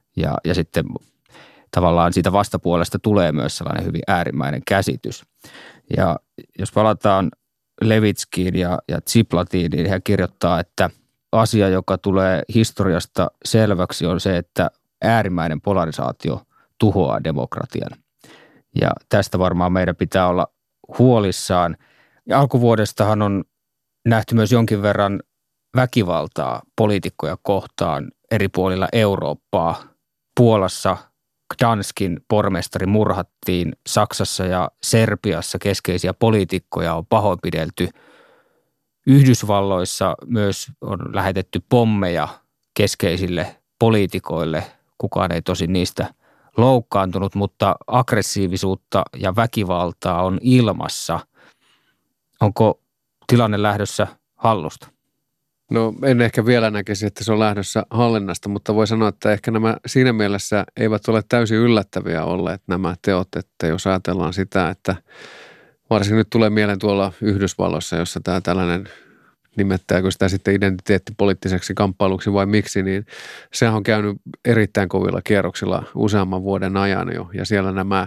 ja sitten tavallaan siitä vastapuolesta tulee myös sellainen hyvin äärimmäinen käsitys. Ja jos palataan Levitskiin ja Ziplatiin, niin hän kirjoittaa, että asia, joka tulee historiasta selväksi, on se, että äärimmäinen polarisaatio tuhoaa demokratian. Ja tästä varmaan meidän pitää olla huolissaan. Ja alkuvuodestahan on nähty myös jonkin verran väkivaltaa poliitikkoja kohtaan eri puolilla Eurooppaa. Puolassa Gdanskin pormestari murhattiin. Saksassa ja Serbiassa keskeisiä poliitikkoja on pahoinpidelty. Yhdysvalloissa myös on lähetetty pommeja keskeisille poliitikoille. Kukaan ei tosin niistä loukkaantunut, mutta aggressiivisuutta ja väkivaltaa on ilmassa. Onko tilanne lähdössä hallusta? No en ehkä vielä näkisi, että se on lähdössä hallinnasta, mutta voi sanoa, että ehkä nämä siinä mielessä eivät ole täysin yllättäviä olleet nämä teot, että jos ajatellaan sitä, että varsinkin nyt tulee mieleen tuolla Yhdysvalloissa, jossa tämä tällainen nimettääkö sitä sitten identiteettipoliittiseksi kamppailuksi vai miksi, niin sehän on käynyt erittäin kovilla kierroksilla useamman vuoden ajan jo ja siellä nämä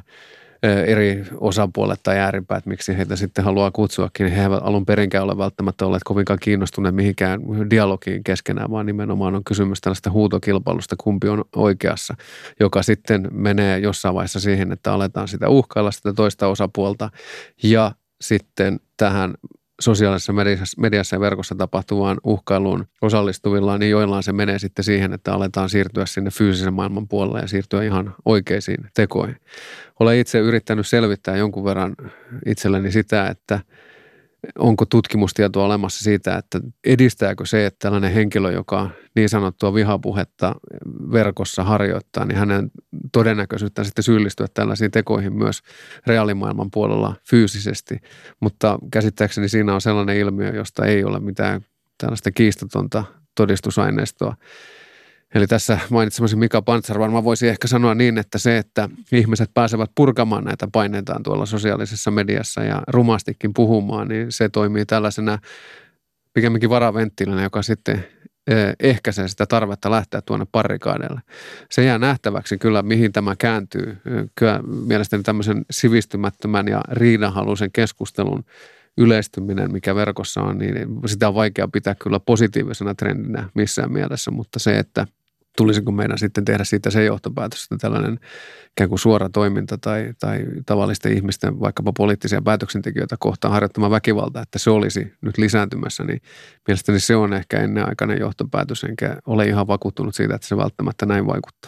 eri osapuolet tai ääripäät, miksi heitä sitten haluaa kutsuakin, niin he eivät alun perinkään ole välttämättä olleet kovinkaan kiinnostuneet mihinkään dialogiin keskenään, vaan nimenomaan on kysymys tällaista huutokilpailusta, kumpi on oikeassa, joka sitten menee jossain vaiheessa siihen, että aletaan sitä uhkailla sitä toista osapuolta ja sitten tähän sosiaalisessa mediassa ja verkossa tapahtuvaan uhkailuun osallistuvilla, niin joillain se menee sitten siihen, että aletaan siirtyä sinne fyysisen maailman puolelle ja siirtyä ihan oikeisiin tekoihin. Olen itse yrittänyt selvittää jonkun verran itselleni sitä, että onko tutkimustietoa olemassa siitä, että edistääkö se, että tällainen henkilö, joka niin sanottua vihapuhetta verkossa harjoittaa, niin hänen todennäköisyyttään sitten syyllistyä tällaisiin tekoihin myös reaalimaailman puolella fyysisesti. Mutta käsittääkseni siinä on sellainen ilmiö, josta ei ole mitään tällaista kiistatonta todistusaineistoa. Eli tässä mainitsemasi Mika Pantsar varmaan voisi ehkä sanoa niin, että se, että ihmiset pääsevät purkamaan näitä paineitaan tuolla sosiaalisessa mediassa ja rumastikin puhumaan, niin se toimii tällaisena pikemminkin varaventtiilinä, joka sitten ehkäisee sitä tarvetta lähteä tuonne barrikadeille. Se jää nähtäväksi kyllä, mihin tämä kääntyy. Kyllä mielestäni tämmöisen sivistymättömän ja riidanhaluisen keskustelun yleistyminen, mikä verkossa on, niin sitä on vaikea pitää kyllä positiivisena trendinä missään mielessä, mutta se, että tulisiko meidän sitten tehdä siitä se johtopäätös, että tällainen ikään kuin suora toiminta tai tavallisten ihmisten, vaikkapa poliittisia päätöksentekijöitä kohtaan harjoittama väkivalta, että se olisi nyt lisääntymässä, niin mielestäni se on ehkä ennenaikainen johtopäätös, enkä ole ihan vakuuttunut siitä, että se välttämättä näin vaikuttaa.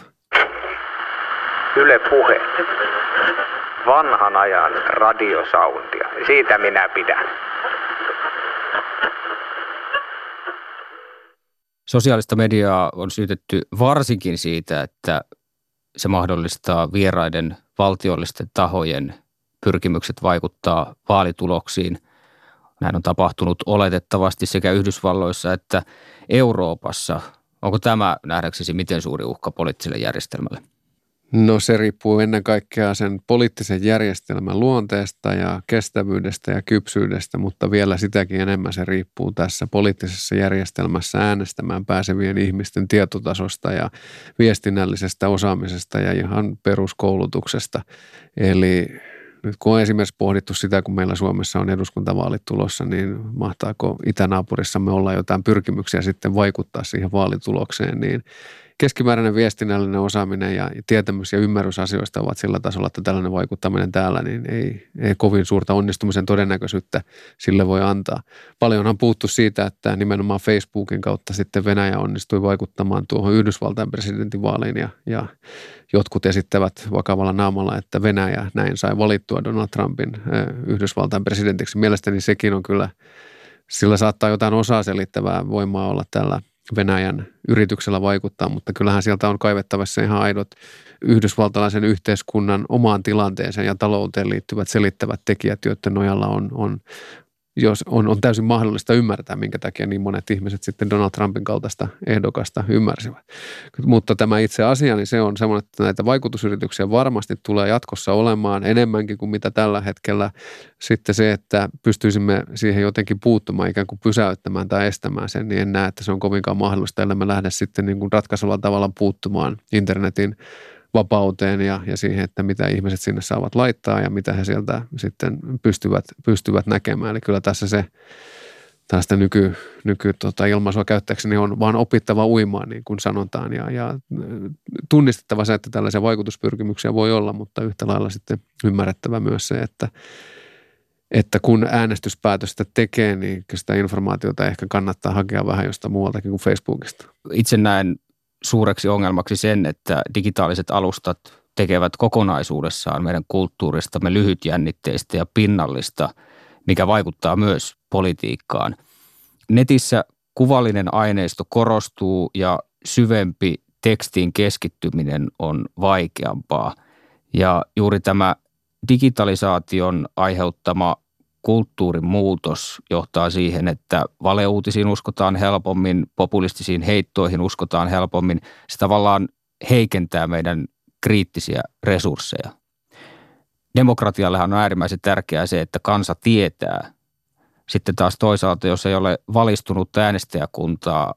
Yle Puhe. Vanhan ajan radiosoundia. Siitä minä pidän. Sosiaalista mediaa on syytetty varsinkin siitä, että se mahdollistaa vieraiden valtiollisten tahojen pyrkimykset vaikuttaa vaalituloksiin. Näin on tapahtunut oletettavasti sekä Yhdysvalloissa että Euroopassa. Onko tämä nähdäksesi miten suuri uhka poliittiselle järjestelmälle? No se riippuu ennen kaikkea sen poliittisen järjestelmän luonteesta ja kestävyydestä ja kypsyydestä, mutta vielä sitäkin enemmän se riippuu tässä poliittisessa järjestelmässä äänestämään pääsevien ihmisten tietotasosta ja viestinnällisestä osaamisesta ja ihan peruskoulutuksesta. Eli nyt kun on esimerkiksi pohdittu sitä, kun meillä Suomessa on eduskuntavaalit tulossa, niin mahtaako itänaapurissamme olla jotain pyrkimyksiä sitten vaikuttaa siihen vaalitulokseen, niin keskimääräinen viestinnällinen osaaminen ja tietämys ja ymmärrys asioista ovat sillä tasolla, että tällainen vaikuttaminen täällä niin ei kovin suurta onnistumisen todennäköisyyttä sille voi antaa. Paljonhan puhuttu siitä, että nimenomaan Facebookin kautta sitten Venäjä onnistui vaikuttamaan tuohon Yhdysvaltain presidentinvaaliin ja jotkut esittävät vakavalla naamalla, että Venäjä näin sai valittua Donald Trumpin Yhdysvaltain presidentiksi. Mielestäni sekin on kyllä, sillä saattaa jotain osaa selittävää voimaa olla tällä Venäjän yrityksellä vaikuttaa, mutta kyllähän sieltä on kaivettavassa ihan aidot yhdysvaltalaisen yhteiskunnan omaan tilanteeseen ja talouteen liittyvät selittävät tekijät, joiden nojalla on täysin mahdollista ymmärtää, minkä takia niin monet ihmiset sitten Donald Trumpin kaltaista ehdokasta ymmärsivät. Mutta tämä itse asia, niin se on semmoinen, että näitä vaikutusyrityksiä varmasti tulee jatkossa olemaan enemmänkin kuin mitä tällä hetkellä. Sitten se, että pystyisimme siihen jotenkin puuttumaan, ikään kuin pysäyttämään tai estämään sen, niin en näe, että se on kovinkaan mahdollista, ellei me lähde sitten niin kuin ratkaisevalla tavalla puuttumaan internetin vapauteen ja siihen, että mitä ihmiset sinne saavat laittaa ja mitä he sieltä sitten pystyvät näkemään. Eli kyllä tässä se tällaista ilmaisua käyttääkseni on vaan opittava uimaan, niin kuin sanotaan, ja tunnistettava se, että tällaisia vaikutuspyrkimyksiä voi olla, mutta yhtä lailla sitten ymmärrettävä myös se, että kun äänestyspäätöstä tekee, niin sitä informaatiota ehkä kannattaa hakea vähän jostain muualtakin kuin Facebookista. Itse näen suureksi ongelmaksi sen, että digitaaliset alustat tekevät kokonaisuudessaan meidän kulttuuristamme lyhytjännitteistä ja pinnallista, mikä vaikuttaa myös politiikkaan. Netissä kuvallinen aineisto korostuu ja syvempi tekstiin keskittyminen on vaikeampaa. Ja juuri tämä digitalisaation aiheuttama kulttuurin muutos johtaa siihen, että valeuutisiin uskotaan helpommin, populistisiin heittoihin uskotaan helpommin. Se tavallaan heikentää meidän kriittisiä resursseja. Demokratiallehan on äärimmäisen tärkeää se, että kansa tietää. Sitten taas toisaalta, jos ei ole valistunutta äänestäjäkuntaa,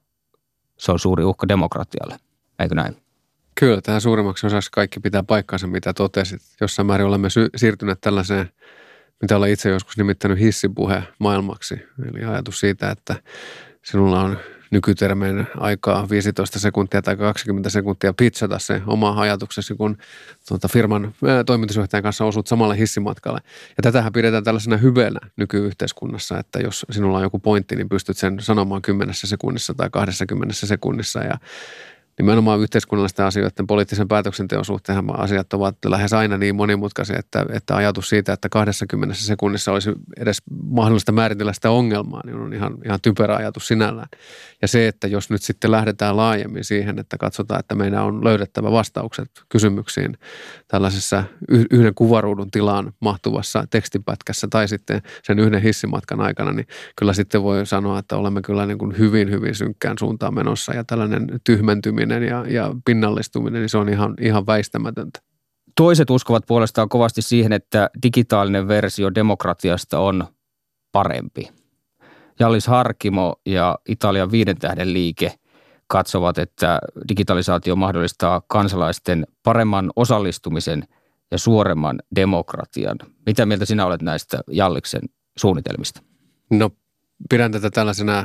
se on suuri uhka demokratialle. Eikö näin? Kyllä, tähän suurimmaksi osaksi kaikki pitää paikkaansa, mitä totesit. Jossain määrin olemme siirtyneet tällaiseen, mitä olen itse joskus nimittänyt hissipuhe maailmaksi. Eli ajatus siitä, että sinulla on nykytermeen aikaa 15 sekuntia tai 20 sekuntia pitchata se oma ajatuksesi, kun firman toimitusjohtajan kanssa osut samalle hissimatkalle. Ja tätähän pidetään tällaisena hyvänä nykyyhteiskunnassa, että jos sinulla on joku pointti, niin pystyt sen sanomaan 10 sekunnissa tai 20 sekunnissa. Ja nimenomaan yhteiskunnallisten asioiden poliittisen päätöksenteon suhteen asiat ovat lähes aina niin monimutkaisia, että ajatus siitä, että 20 sekunnissa olisi edes mahdollista määritellä sitä ongelmaa, niin on ihan typerä ajatus sinällään. Ja se, että jos nyt sitten lähdetään laajemmin siihen, että katsotaan, että meidän on löydettävä vastaukset kysymyksiin tällaisessa yhden kuvaruudun tilaan mahtuvassa tekstipätkässä tai sitten sen yhden hissimatkan aikana, niin kyllä sitten voi sanoa, että olemme kyllä niin kuin hyvin, hyvin synkkään suuntaan menossa ja tällainen tyhmentyminen ja pinnallistuminen, niin se on ihan väistämätöntä. Toiset uskovat puolestaan kovasti siihen, että digitaalinen versio demokratiasta on parempi. Jallis Harkimo ja Italian 5 tähden liike katsovat, että digitalisaatio mahdollistaa kansalaisten paremman osallistumisen ja suoremman demokratian. Mitä mieltä sinä olet näistä Jalliksen suunnitelmista? No, pidän tätä tällaisena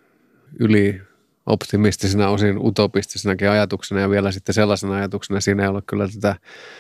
optimistisena, osin utopistisenakin ajatuksena ja vielä sitten sellaisena ajatuksena. Siinä ei ole kyllä tätä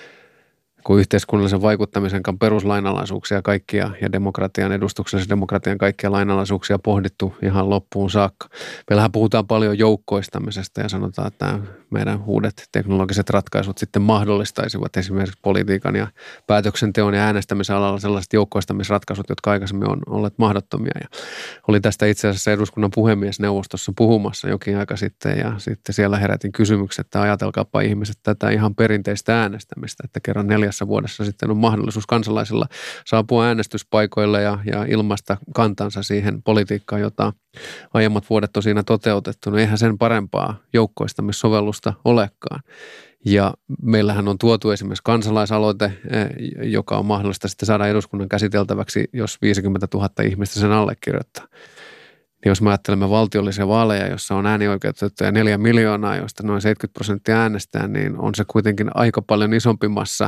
kun yhteiskunnallisen vaikuttamisenkaan peruslainalaisuuksia kaikkia ja edustuksellisen demokratian kaikkia lainalaisuuksia pohdittu ihan loppuun saakka. Meillähän puhutaan paljon joukkoistamisesta ja sanotaan, että meidän uudet teknologiset ratkaisut sitten mahdollistaisivat esimerkiksi politiikan ja päätöksenteon ja äänestämisen alalla sellaiset joukkoistamisratkaisut, jotka aikaisemmin on olleet mahdottomia. Ja oli tästä itse asiassa eduskunnan puhemiesneuvostossa puhumassa jokin aika sitten ja sitten siellä herätin kysymyksen, että ajatelkaapa ihmiset tätä ihan perinteistä äänestämistä, että kerran 4 vuodessa sitten on mahdollisuus kansalaisilla saapua äänestyspaikoille ja ilmaista kantansa siihen politiikkaan, jota aiemmat vuodet on siinä toteutettu. No eihän sen parempaa joukkoistamissovellusta olekaan. Ja meillähän on tuotu esimerkiksi kansalaisaloite, joka on mahdollista sitten saada eduskunnan käsiteltäväksi, jos 50 000 ihmistä sen allekirjoittaa. Niin jos me ajattelemme valtiollisia vaaleja, jossa on äänioikeutettuja 4 miljoonaa, joista noin 70% äänestää, niin on se kuitenkin aika paljon isompi massa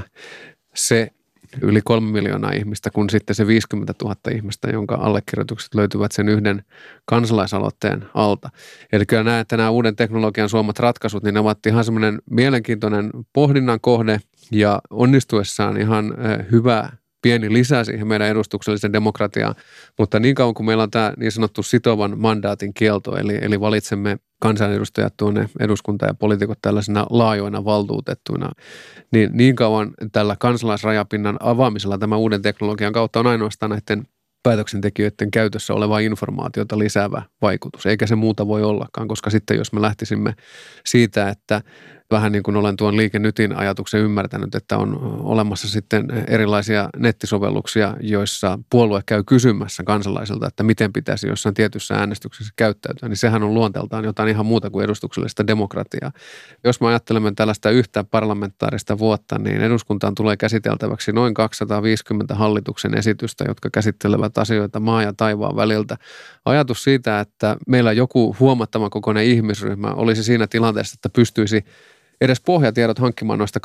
se yli 3 miljoonaa ihmistä kuin sitten se 50 000 ihmistä, jonka allekirjoitukset löytyvät sen yhden kansalaisaloitteen alta. Eli kyllä näen, että nämä uuden teknologian suomat ratkaisut, niin ne ovat ihan semmoinen mielenkiintoinen pohdinnan kohde ja onnistuessaan ihan hyvä pieni lisää siihen meidän edustukselliseen demokratiaan, mutta niin kauan kuin meillä on tämä niin sanottu sitovan mandaatin kielto, eli valitsemme kansanedustajat tuonne eduskunta ja poliitikot tällaisena laajoina valtuutettuina, niin kauan tällä kansalaisrajapinnan avaamisella tämän uuden teknologian kautta on ainoastaan näiden päätöksentekijöiden käytössä olevaa informaatiota lisäävä vaikutus, eikä se muuta voi ollakaan, koska sitten jos me lähtisimme siitä, että vähän niin kuin olen tuon Liike Nytin ajatuksen ymmärtänyt, että on olemassa sitten erilaisia nettisovelluksia, joissa puolue käy kysymässä kansalaisilta, että miten pitäisi jossain tietyssä äänestyksessä käyttäytyä, niin sehän on luonteeltaan jotain ihan muuta kuin edustuksellista demokratiaa. Jos me ajattelemme tällaista yhtä parlamentaarista vuotta, niin eduskuntaan tulee käsiteltäväksi noin 250 hallituksen esitystä, jotka käsittelevät asioita maa ja taivaan väliltä. Ajatus siitä, että meillä joku huomattavan kokoinen ihmisryhmä olisi siinä tilanteessa, että pystyisi edes pohjatiedot hankkimaan noista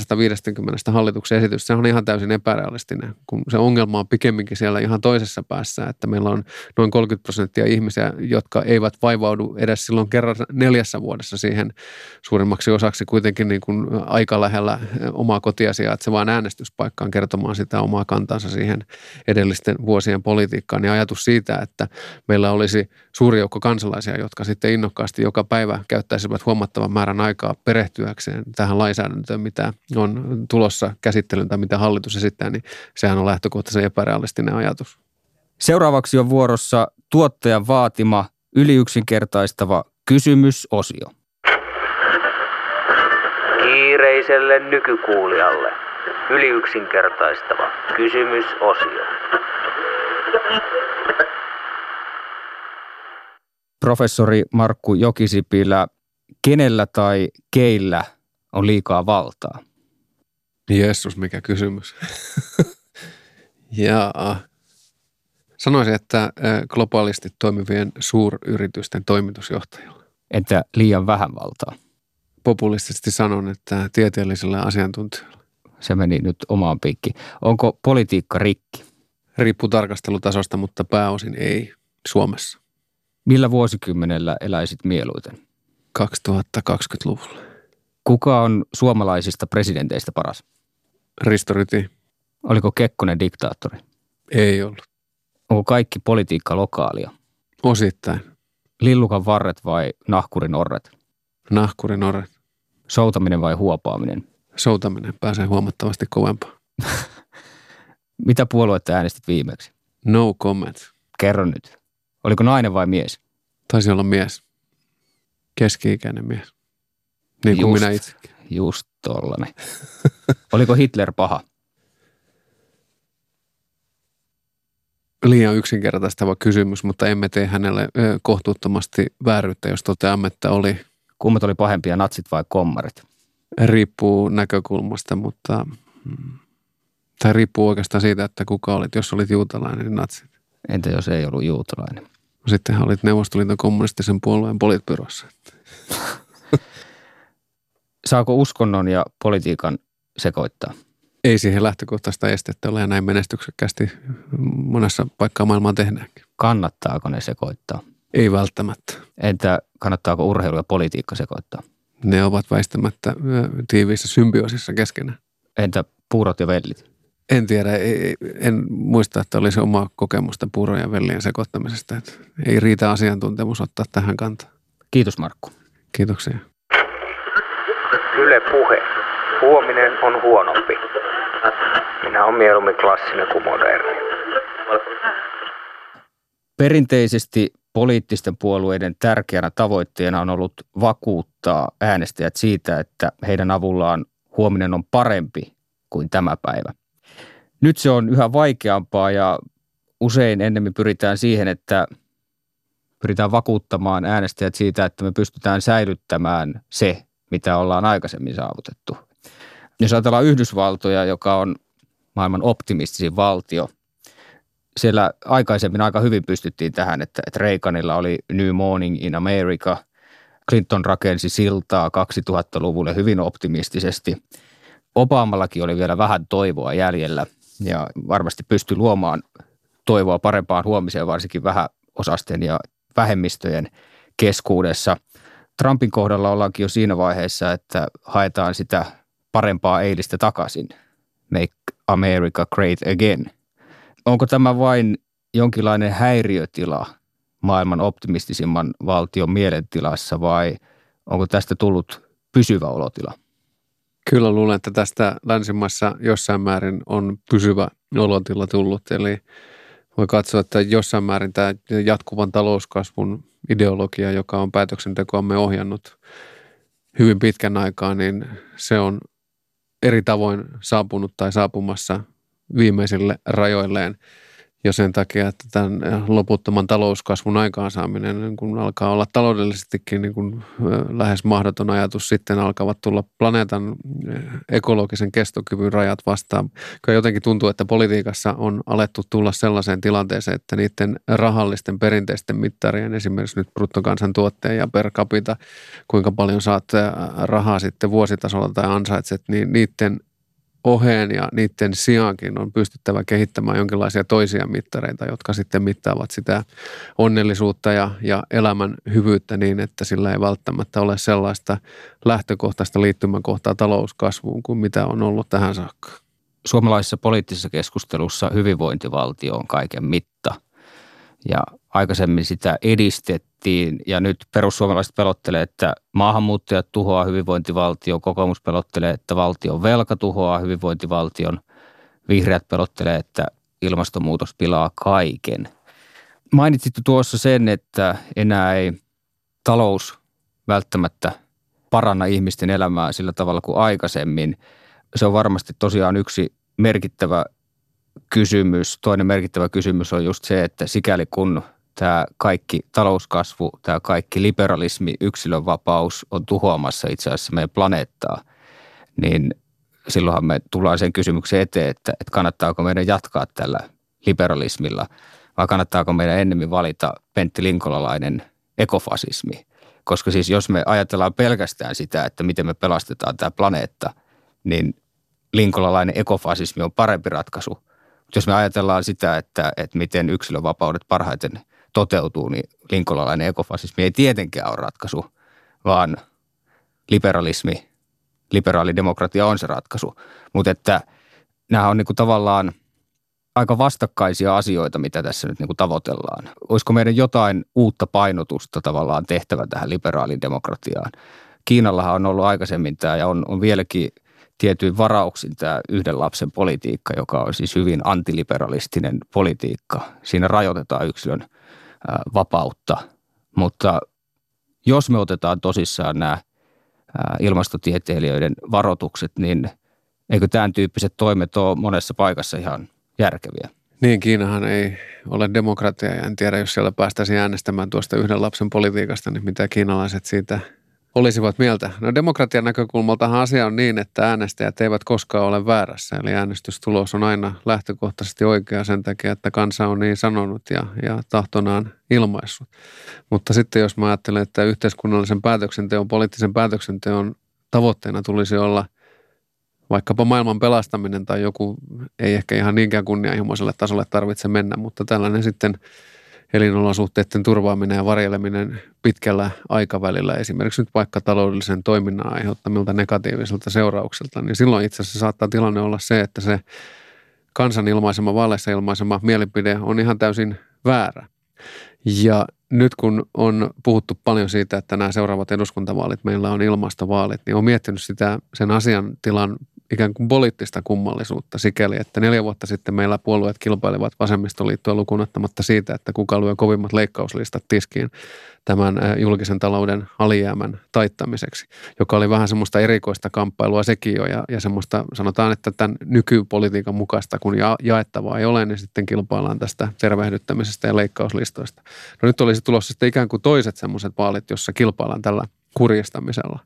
250 hallituksen esitystä, se on ihan täysin epärealistinen, kun se ongelma on pikemminkin siellä ihan toisessa päässä, että meillä on noin 30% ihmisiä, jotka eivät vaivaudu edes silloin kerran 4 vuodessa siihen suurimmaksi osaksi kuitenkin niin kuin aika lähellä omaa kotia sijaitsevaan äänestyspaikkaan kertomaan sitä omaa kantansa siihen edellisten vuosien politiikkaan. Ja ajatus siitä, että meillä olisi suuri joukko kansalaisia, jotka sitten innokkaasti joka päivä käyttäisivät huomattavan määrän aikaa perehtyä sisältyäkseen tähän lainsäädäntöön, mitä on tulossa käsittelyyn tai mitä hallitus esittää, niin sehän on lähtökohtaisen epärealistinen ajatus. Seuraavaksi on vuorossa tuottajan vaatima yliyksinkertaistava kysymysosio. Kiireiselle nykykuulijalle yliyksinkertaistava kysymysosio. Professori Markku Jokisipilä, kenellä tai keillä on liikaa valtaa? Jeesus, mikä kysymys. Sanoisin, että globaalisti toimivien suuryritysten toimitusjohtajilla. Entä liian vähän valtaa? Populistisesti sanon, että tieteellisellä asiantuntijoilla. Se meni nyt omaan piikkiin. Onko politiikka rikki? Riippuu tarkastelutasosta, mutta pääosin ei Suomessa. Millä vuosikymmenellä eläisit mieluiten? 2020-luvulla. Kuka on suomalaisista presidenteistä paras? Risto Ryti. Oliko Kekkonen diktaattori? Ei ollut. Onko kaikki politiikka lokaalia? Osittain. Lillukan varret vai nahkurin orret? Nahkurin orret. Soutaminen vai huopaaminen? Soutaminen pääsee huomattavasti kovempaa. Mitä puoluetta äänestit viimeksi? No comment. Kerro nyt. Oliko nainen vai mies? Taisi olla mies. Keski-ikäinen mies. Niin kuin minä itsekin. Just tollanen. Oliko Hitler paha? Liian yksinkertaistava kysymys, mutta emme tee hänelle kohtuuttomasti vääryyttä, jos toteamme, että oli. Kummat oli pahempia, natsit vai kommarit? Riippuu näkökulmasta, mutta tai riippuu oikeastaan siitä, että kuka olit. Jos olit juutalainen, niin natsit. Entä jos ei ollut juutalainen? Sittenhän olit Neuvostoliiton kommunistisen puolueen politbyrossa. Saako uskonnon ja politiikan sekoittaa? Ei siihen lähtökohtaista estettä ole ja näin menestyksekkäästi monessa paikkaa maailmaa tehdäänkin. Kannattaako ne sekoittaa? Ei välttämättä. Entä kannattaako urheilu ja politiikka sekoittaa? Ne ovat väistämättä tiiviissä symbioosissa keskenään. Entä puurot ja vellit? En tiedä, en muista, että olisi omaa kokemusta puurojen ja vellien sekoittamisesta. Että ei riitä asiantuntemus ottaa tähän kantaa. Kiitos Markku. Kiitoksia. Yle Puhe. Huominen on huonompi. Minä olen mieluummin klassinen kuin moderni. Perinteisesti poliittisten puolueiden tärkeänä tavoitteena on ollut vakuuttaa äänestäjät siitä, että heidän avullaan huominen on parempi kuin tämä päivä. Nyt se on yhä vaikeampaa ja usein ennemmin pyritään siihen, että pyritään vakuuttamaan äänestäjät siitä, että me pystytään säilyttämään se, mitä ollaan aikaisemmin saavutettu. Jos ajatellaan Yhdysvaltoja, joka on maailman optimistisin valtio, siellä aikaisemmin aika hyvin pystyttiin tähän, että Reaganilla oli New Morning in America, Clinton rakensi siltaa 2000-luvulle hyvin optimistisesti. Obamallakin oli vielä vähän toivoa jäljellä ja varmasti pystyi luomaan toivoa parempaan huomiseen, varsinkin vähäosasten ja vähemmistöjen keskuudessa. Trumpin kohdalla ollaankin jo siinä vaiheessa, että haetaan sitä parempaa eilistä takaisin. Make America great again. Onko tämä vain jonkinlainen häiriötila maailman optimistisimman valtion mielentilassa vai onko tästä tullut pysyvä olotila? Kyllä luulen, että tästä länsimaissa jossain määrin on pysyvä olotila tullut. Eli voi katsoa, että jossain määrin tämä jatkuvan talouskasvun ideologia, joka on päätöksentekoamme ohjannut hyvin pitkän aikaa, niin se on eri tavoin saapunut tai saapumassa viimeisille rajoilleen jo sen takia, että tämän loputtoman talouskasvun aikaansaaminen niin kun alkaa olla taloudellisestikin niin kun lähes mahdoton ajatus, sitten alkavat tulla planeetan ekologisen kestokyvyn rajat vastaan. Kyllä jotenkin tuntuu, että politiikassa on alettu tulla sellaiseen tilanteeseen, että niiden rahallisten perinteisten mittarien, esimerkiksi nyt bruttokansantuotteen ja per capita, kuinka paljon saat rahaa sitten vuositasolla tai ansaitset, niin niiden oheen ja niiden sijaankin on pystyttävä kehittämään jonkinlaisia toisia mittareita, jotka sitten mittaavat sitä onnellisuutta ja elämän hyvyyttä niin, että sillä ei välttämättä ole sellaista lähtökohtaista liittymäkohtaa talouskasvuun kuin mitä on ollut tähän saakka. Suomalaisessa poliittisessa keskustelussa hyvinvointivaltio on kaiken mitta ja aikaisemmin sitä edistettiin ja nyt perussuomalaiset pelottelee, että maahanmuuttajat tuhoaa hyvinvointivaltion, kokoomus pelottelee, että valtion velka tuhoaa hyvinvointivaltion, vihreät pelottelee, että ilmastonmuutos pilaa kaiken. Mainitsit tuossa sen, että enää ei talous välttämättä paranna ihmisten elämää sillä tavalla kuin aikaisemmin. Se on varmasti tosiaan yksi merkittävä kysymys. Toinen merkittävä kysymys on just se, että sikäli kun tämä kaikki talouskasvu, tämä kaikki liberalismi, yksilönvapaus on tuhoamassa itse asiassa meidän planeettaa, niin silloinhan me tullaan sen kysymyksen eteen, että kannattaako meidän jatkaa tällä liberalismilla vai kannattaako meidän ennemmin valita Pentti Linkolalainen ekofasismi. Koska siis jos me ajatellaan pelkästään sitä, että miten me pelastetaan tämä planeetta, niin linkolalainen ekofasismi on parempi ratkaisu. Mutta jos me ajatellaan sitä, että miten yksilönvapaudet parhaiten toteutuu, niin linkolalainen ekofasismi ei tietenkään ole ratkaisu, vaan liberalismi, liberaalidemokratia on se ratkaisu. Mutta että nämä on niinku tavallaan aika vastakkaisia asioita, mitä tässä nyt niinku tavoitellaan. Olisiko meidän jotain uutta painotusta tavallaan tehtävä tähän liberaalidemokratiaan? Kiinallahan on ollut aikaisemmin tämä ja on vieläkin tietyin varauksin tämä yhden lapsen politiikka, joka on siis hyvin antiliberalistinen politiikka. Siinä rajoitetaan yksilön vapautta, mutta jos me otetaan tosissaan nämä ilmastotieteilijöiden varoitukset, niin eikö tämän tyyppiset toimet ole monessa paikassa ihan järkeviä? Niin, Kiinahan ei ole demokratia ja en tiedä, jos siellä päästäisiin äänestämään tuosta yhden lapsen politiikasta, niin mitä kiinalaiset siitä olisivat mieltä. No demokratian näkökulmaltahan asia on niin, että äänestäjät eivät koskaan ole väärässä, eli äänestystulos on aina lähtökohtaisesti oikea sen takia, että kansa on niin sanonut ja tahtonaan ilmaissut. Mutta sitten jos mä ajattelen, että yhteiskunnallisen päätöksenteon, poliittisen päätöksenteon tavoitteena tulisi olla vaikkapa maailman pelastaminen tai joku, ei ehkä ihan niinkään kunnianhimoiselle tasolle tarvitse mennä, mutta tällainen sitten elinolosuhteiden turvaaminen ja varjeleminen pitkällä aikavälillä, esimerkiksi nyt vaikka taloudellisen toiminnan aiheuttamilta negatiivisilta seurauksilta, niin silloin itse asiassa saattaa tilanne olla se, että se kansan ilmaisema, vaaleissa ilmaisema mielipide on ihan täysin väärä. Ja nyt kun on puhuttu paljon siitä, että nämä seuraavat eduskuntavaalit meillä on ilmastovaalit, niin olen miettinyt sitä sen asiantilan ikään kuin poliittista kummallisuutta sikäli, että 4 vuotta sitten meillä puolueet kilpailivat vasemmistoliittoa lukuun ottamatta siitä, että kuka lyö kovimmat leikkauslistat tiskiin tämän julkisen talouden alijäämän taittamiseksi, joka oli vähän semmoista erikoista kamppailua sekin jo ja semmoista sanotaan, että tämän nykypolitiikan mukaista, kun jaettavaa ei ole, niin sitten kilpaillaan tästä tervehdyttämisestä ja leikkauslistoista. No nyt olisi tulossa sitten ikään kuin toiset semmoiset vaalit, jossa kilpaillaan tällä kurjistamisella.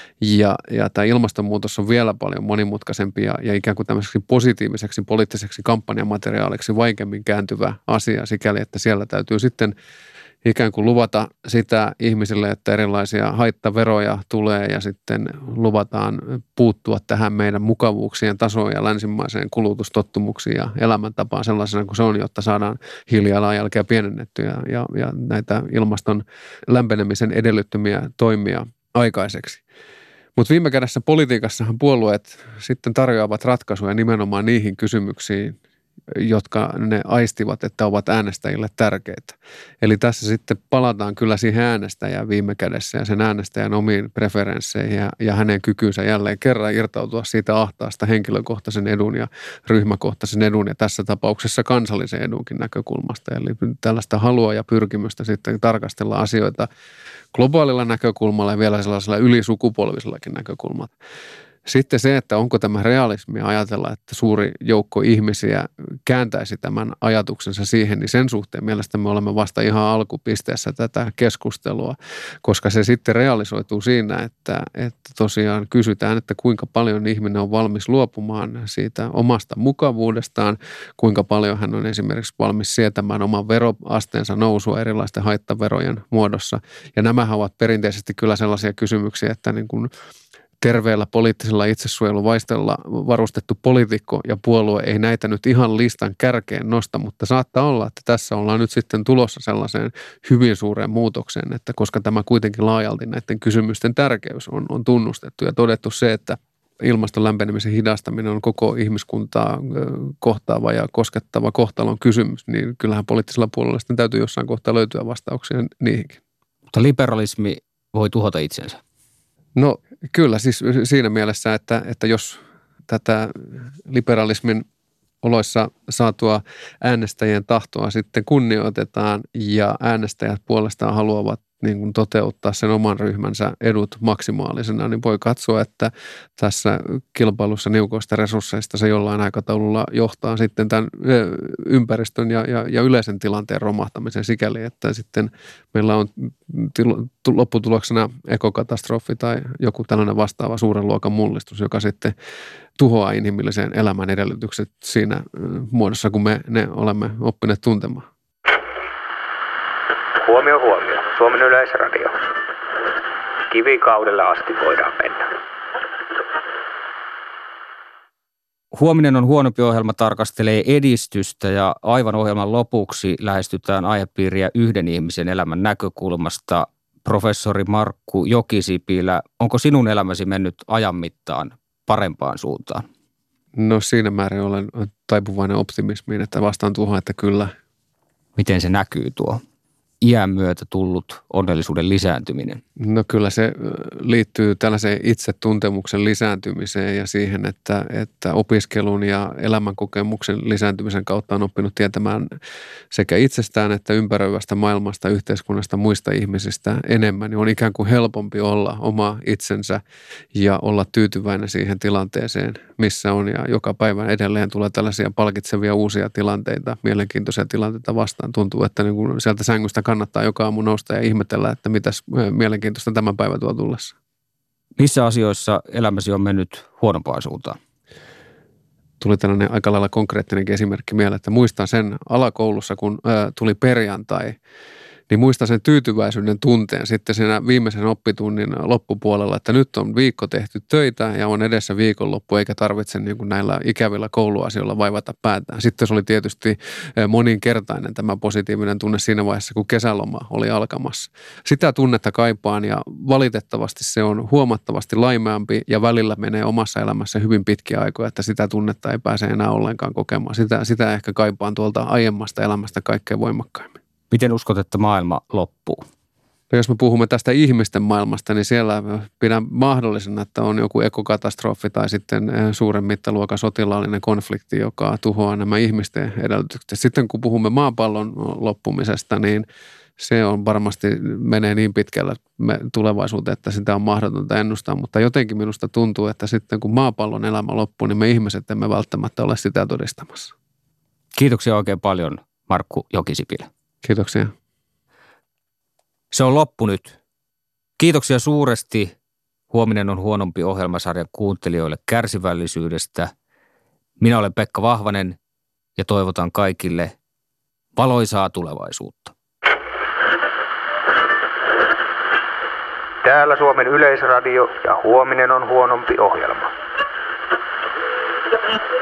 Ja tämä ilmastonmuutos on vielä paljon monimutkaisempi ja ikään kuin tämmöiseksi positiiviseksi poliittiseksi kampanjamateriaaliksi vaikeammin kääntyvä asia sikäli, että siellä täytyy sitten ikään kuin luvata sitä ihmisille, että erilaisia haittaveroja tulee ja sitten luvataan puuttua tähän meidän mukavuuksien tasoon ja länsimaiseen kulutustottumuksiin ja elämäntapaan sellaisena kuin se on, jotta saadaan hiilijalanjälkeä pienennettyä ja näitä ilmaston lämpenemisen edellyttömiä toimia aikaiseksi. Mutta viime kädessä politiikassahan puolueet sitten tarjoavat ratkaisuja nimenomaan niihin kysymyksiin, jotka ne aistivat, että ovat äänestäjille tärkeitä. Eli tässä sitten palataan kyllä siihen äänestäjään viime kädessä ja sen äänestäjän omiin preferensseihin ja hänen kykynsä jälleen kerran irtautua siitä ahtaasta henkilökohtaisen edun ja ryhmäkohtaisen edun ja tässä tapauksessa kansallisen edunkin näkökulmasta. Eli tällaista halua ja pyrkimystä sitten tarkastella asioita globaalilla näkökulmalla ja vielä sellaisella ylisukupolvisellakin näkökulmalla. Sitten se, että onko tämä realismia ajatella, että suuri joukko ihmisiä kääntäisi tämän ajatuksensa siihen, niin sen suhteen mielestäni me olemme vasta ihan alkupisteessä tätä keskustelua, koska se sitten realisoituu siinä, että tosiaan kysytään, että kuinka paljon ihminen on valmis luopumaan siitä omasta mukavuudestaan, kuinka paljon hän on esimerkiksi valmis sietämään oman veroasteensa nousua erilaisten haittaverojen muodossa. Ja nämähän ovat perinteisesti kyllä sellaisia kysymyksiä, että niin kuin terveellä poliittisella itsesuojeluvaisteella varustettu poliitikko ja puolue ei näitä nyt ihan listan kärkeen nosta, mutta saattaa olla, että tässä ollaan nyt sitten tulossa sellaiseen hyvin suureen muutokseen, että koska tämä kuitenkin laajalti näiden kysymysten tärkeys on tunnustettu ja todettu se, että ilmaston lämpenemisen hidastaminen on koko ihmiskuntaa kohtaava ja koskettava kohtalon kysymys, niin kyllähän poliittisella puolella sitten täytyy jossain kohtaa löytyä vastauksia niihinkin. Mutta liberalismi voi tuhota itsensä. No kyllä, siis siinä mielessä, että jos tätä liberalismin oloissa saatua äänestäjien tahtoa sitten kunnioitetaan ja äänestäjät puolestaan haluavat niin kuin toteuttaa sen oman ryhmänsä edut maksimaalisena, niin voi katsoa, että tässä kilpailussa niukoista resursseista se jollain aikataululla johtaa sitten tämän ympäristön ja yleisen tilanteen romahtamisen sikäli, että sitten meillä on lopputuloksena ekokatastrofi tai joku tällainen vastaava suuren luokan mullistus, joka sitten tuhoaa inhimillisen elämän edellytykset siinä muodossa, kun me ne olemme oppineet tuntemaan. Huomio. Suomen Yleisradio. Kivikaudella asti voidaan mennä. Huominen on huonompi ohjelma tarkastelee edistystä ja aivan ohjelman lopuksi lähestytään aihepiiriä yhden ihmisen elämän näkökulmasta. Professori Markku Jokisipilä, onko sinun elämäsi mennyt ajan mittaan parempaan suuntaan? No siinä määrin olen taipuvainen optimismiin, että vastaan tuohon, että kyllä. Miten se näkyy tuo iän myötä tullut onnellisuuden lisääntyminen? No kyllä se liittyy tällaiseen itsetuntemuksen lisääntymiseen ja siihen, että opiskelun ja elämänkokemuksen lisääntymisen kautta on oppinut tietämään sekä itsestään että ympäröivästä maailmasta, yhteiskunnasta, muista ihmisistä enemmän. Niin on ikään kuin helpompi olla oma itsensä ja olla tyytyväinen siihen tilanteeseen, missä on. Ja joka päivä edelleen tulee tällaisia palkitsevia uusia tilanteita, mielenkiintoisia tilanteita vastaan. Tuntuu, että niin kuin sieltä sängystä kannattaa joka aamu nousta ja ihmetellä, että mitäs mielenkiintoista tämän päivän tuo tullessa. Missä asioissa elämäsi on mennyt huonompaan suuntaan? Tuli tällainen aika lailla konkreettinenkin esimerkki mieleen, että muistan sen alakoulussa, kun tuli perjantai, niin muistan sen tyytyväisyyden tunteen sitten siinä viimeisen oppitunnin loppupuolella, että nyt on viikko tehty töitä ja on edessä viikonloppu eikä tarvitse niin kuin näillä ikävillä kouluasioilla vaivata päätään. Sitten se oli tietysti moninkertainen tämä positiivinen tunne siinä vaiheessa, kun kesäloma oli alkamassa. Sitä tunnetta kaipaan ja valitettavasti se on huomattavasti laimeampi ja välillä menee omassa elämässä hyvin pitkiä aikoja, että sitä tunnetta ei pääse enää ollenkaan kokemaan. Sitä ehkä kaipaan tuolta aiemmasta elämästä kaikkein voimakkaimmin. Miten uskot, että maailma loppuu? No jos me puhumme tästä ihmisten maailmasta, niin siellä pidän mahdollisena, että on joku ekokatastrofi tai sitten suuren mittaluokan sotilaallinen konflikti, joka tuhoaa nämä ihmisten edellytykset. Sitten kun puhumme maapallon loppumisesta, niin se on varmasti menee niin pitkällä tulevaisuuteen, että sitä on mahdotonta ennustaa, mutta jotenkin minusta tuntuu, että sitten kun maapallon elämä loppuu, niin me ihmiset emme välttämättä ole sitä todistamassa. Kiitoksia oikein paljon, Markku Jokisipilä. Kiitoksia. Se on loppu nyt. Kiitoksia suuresti Huominen on huonompi ohjelmasarjan kuuntelijoille kärsivällisyydestä. Minä olen Pekka Vahvanen ja toivotan kaikille valoisaa tulevaisuutta. Täällä Suomen Yleisradio ja Huominen on huonompi ohjelma.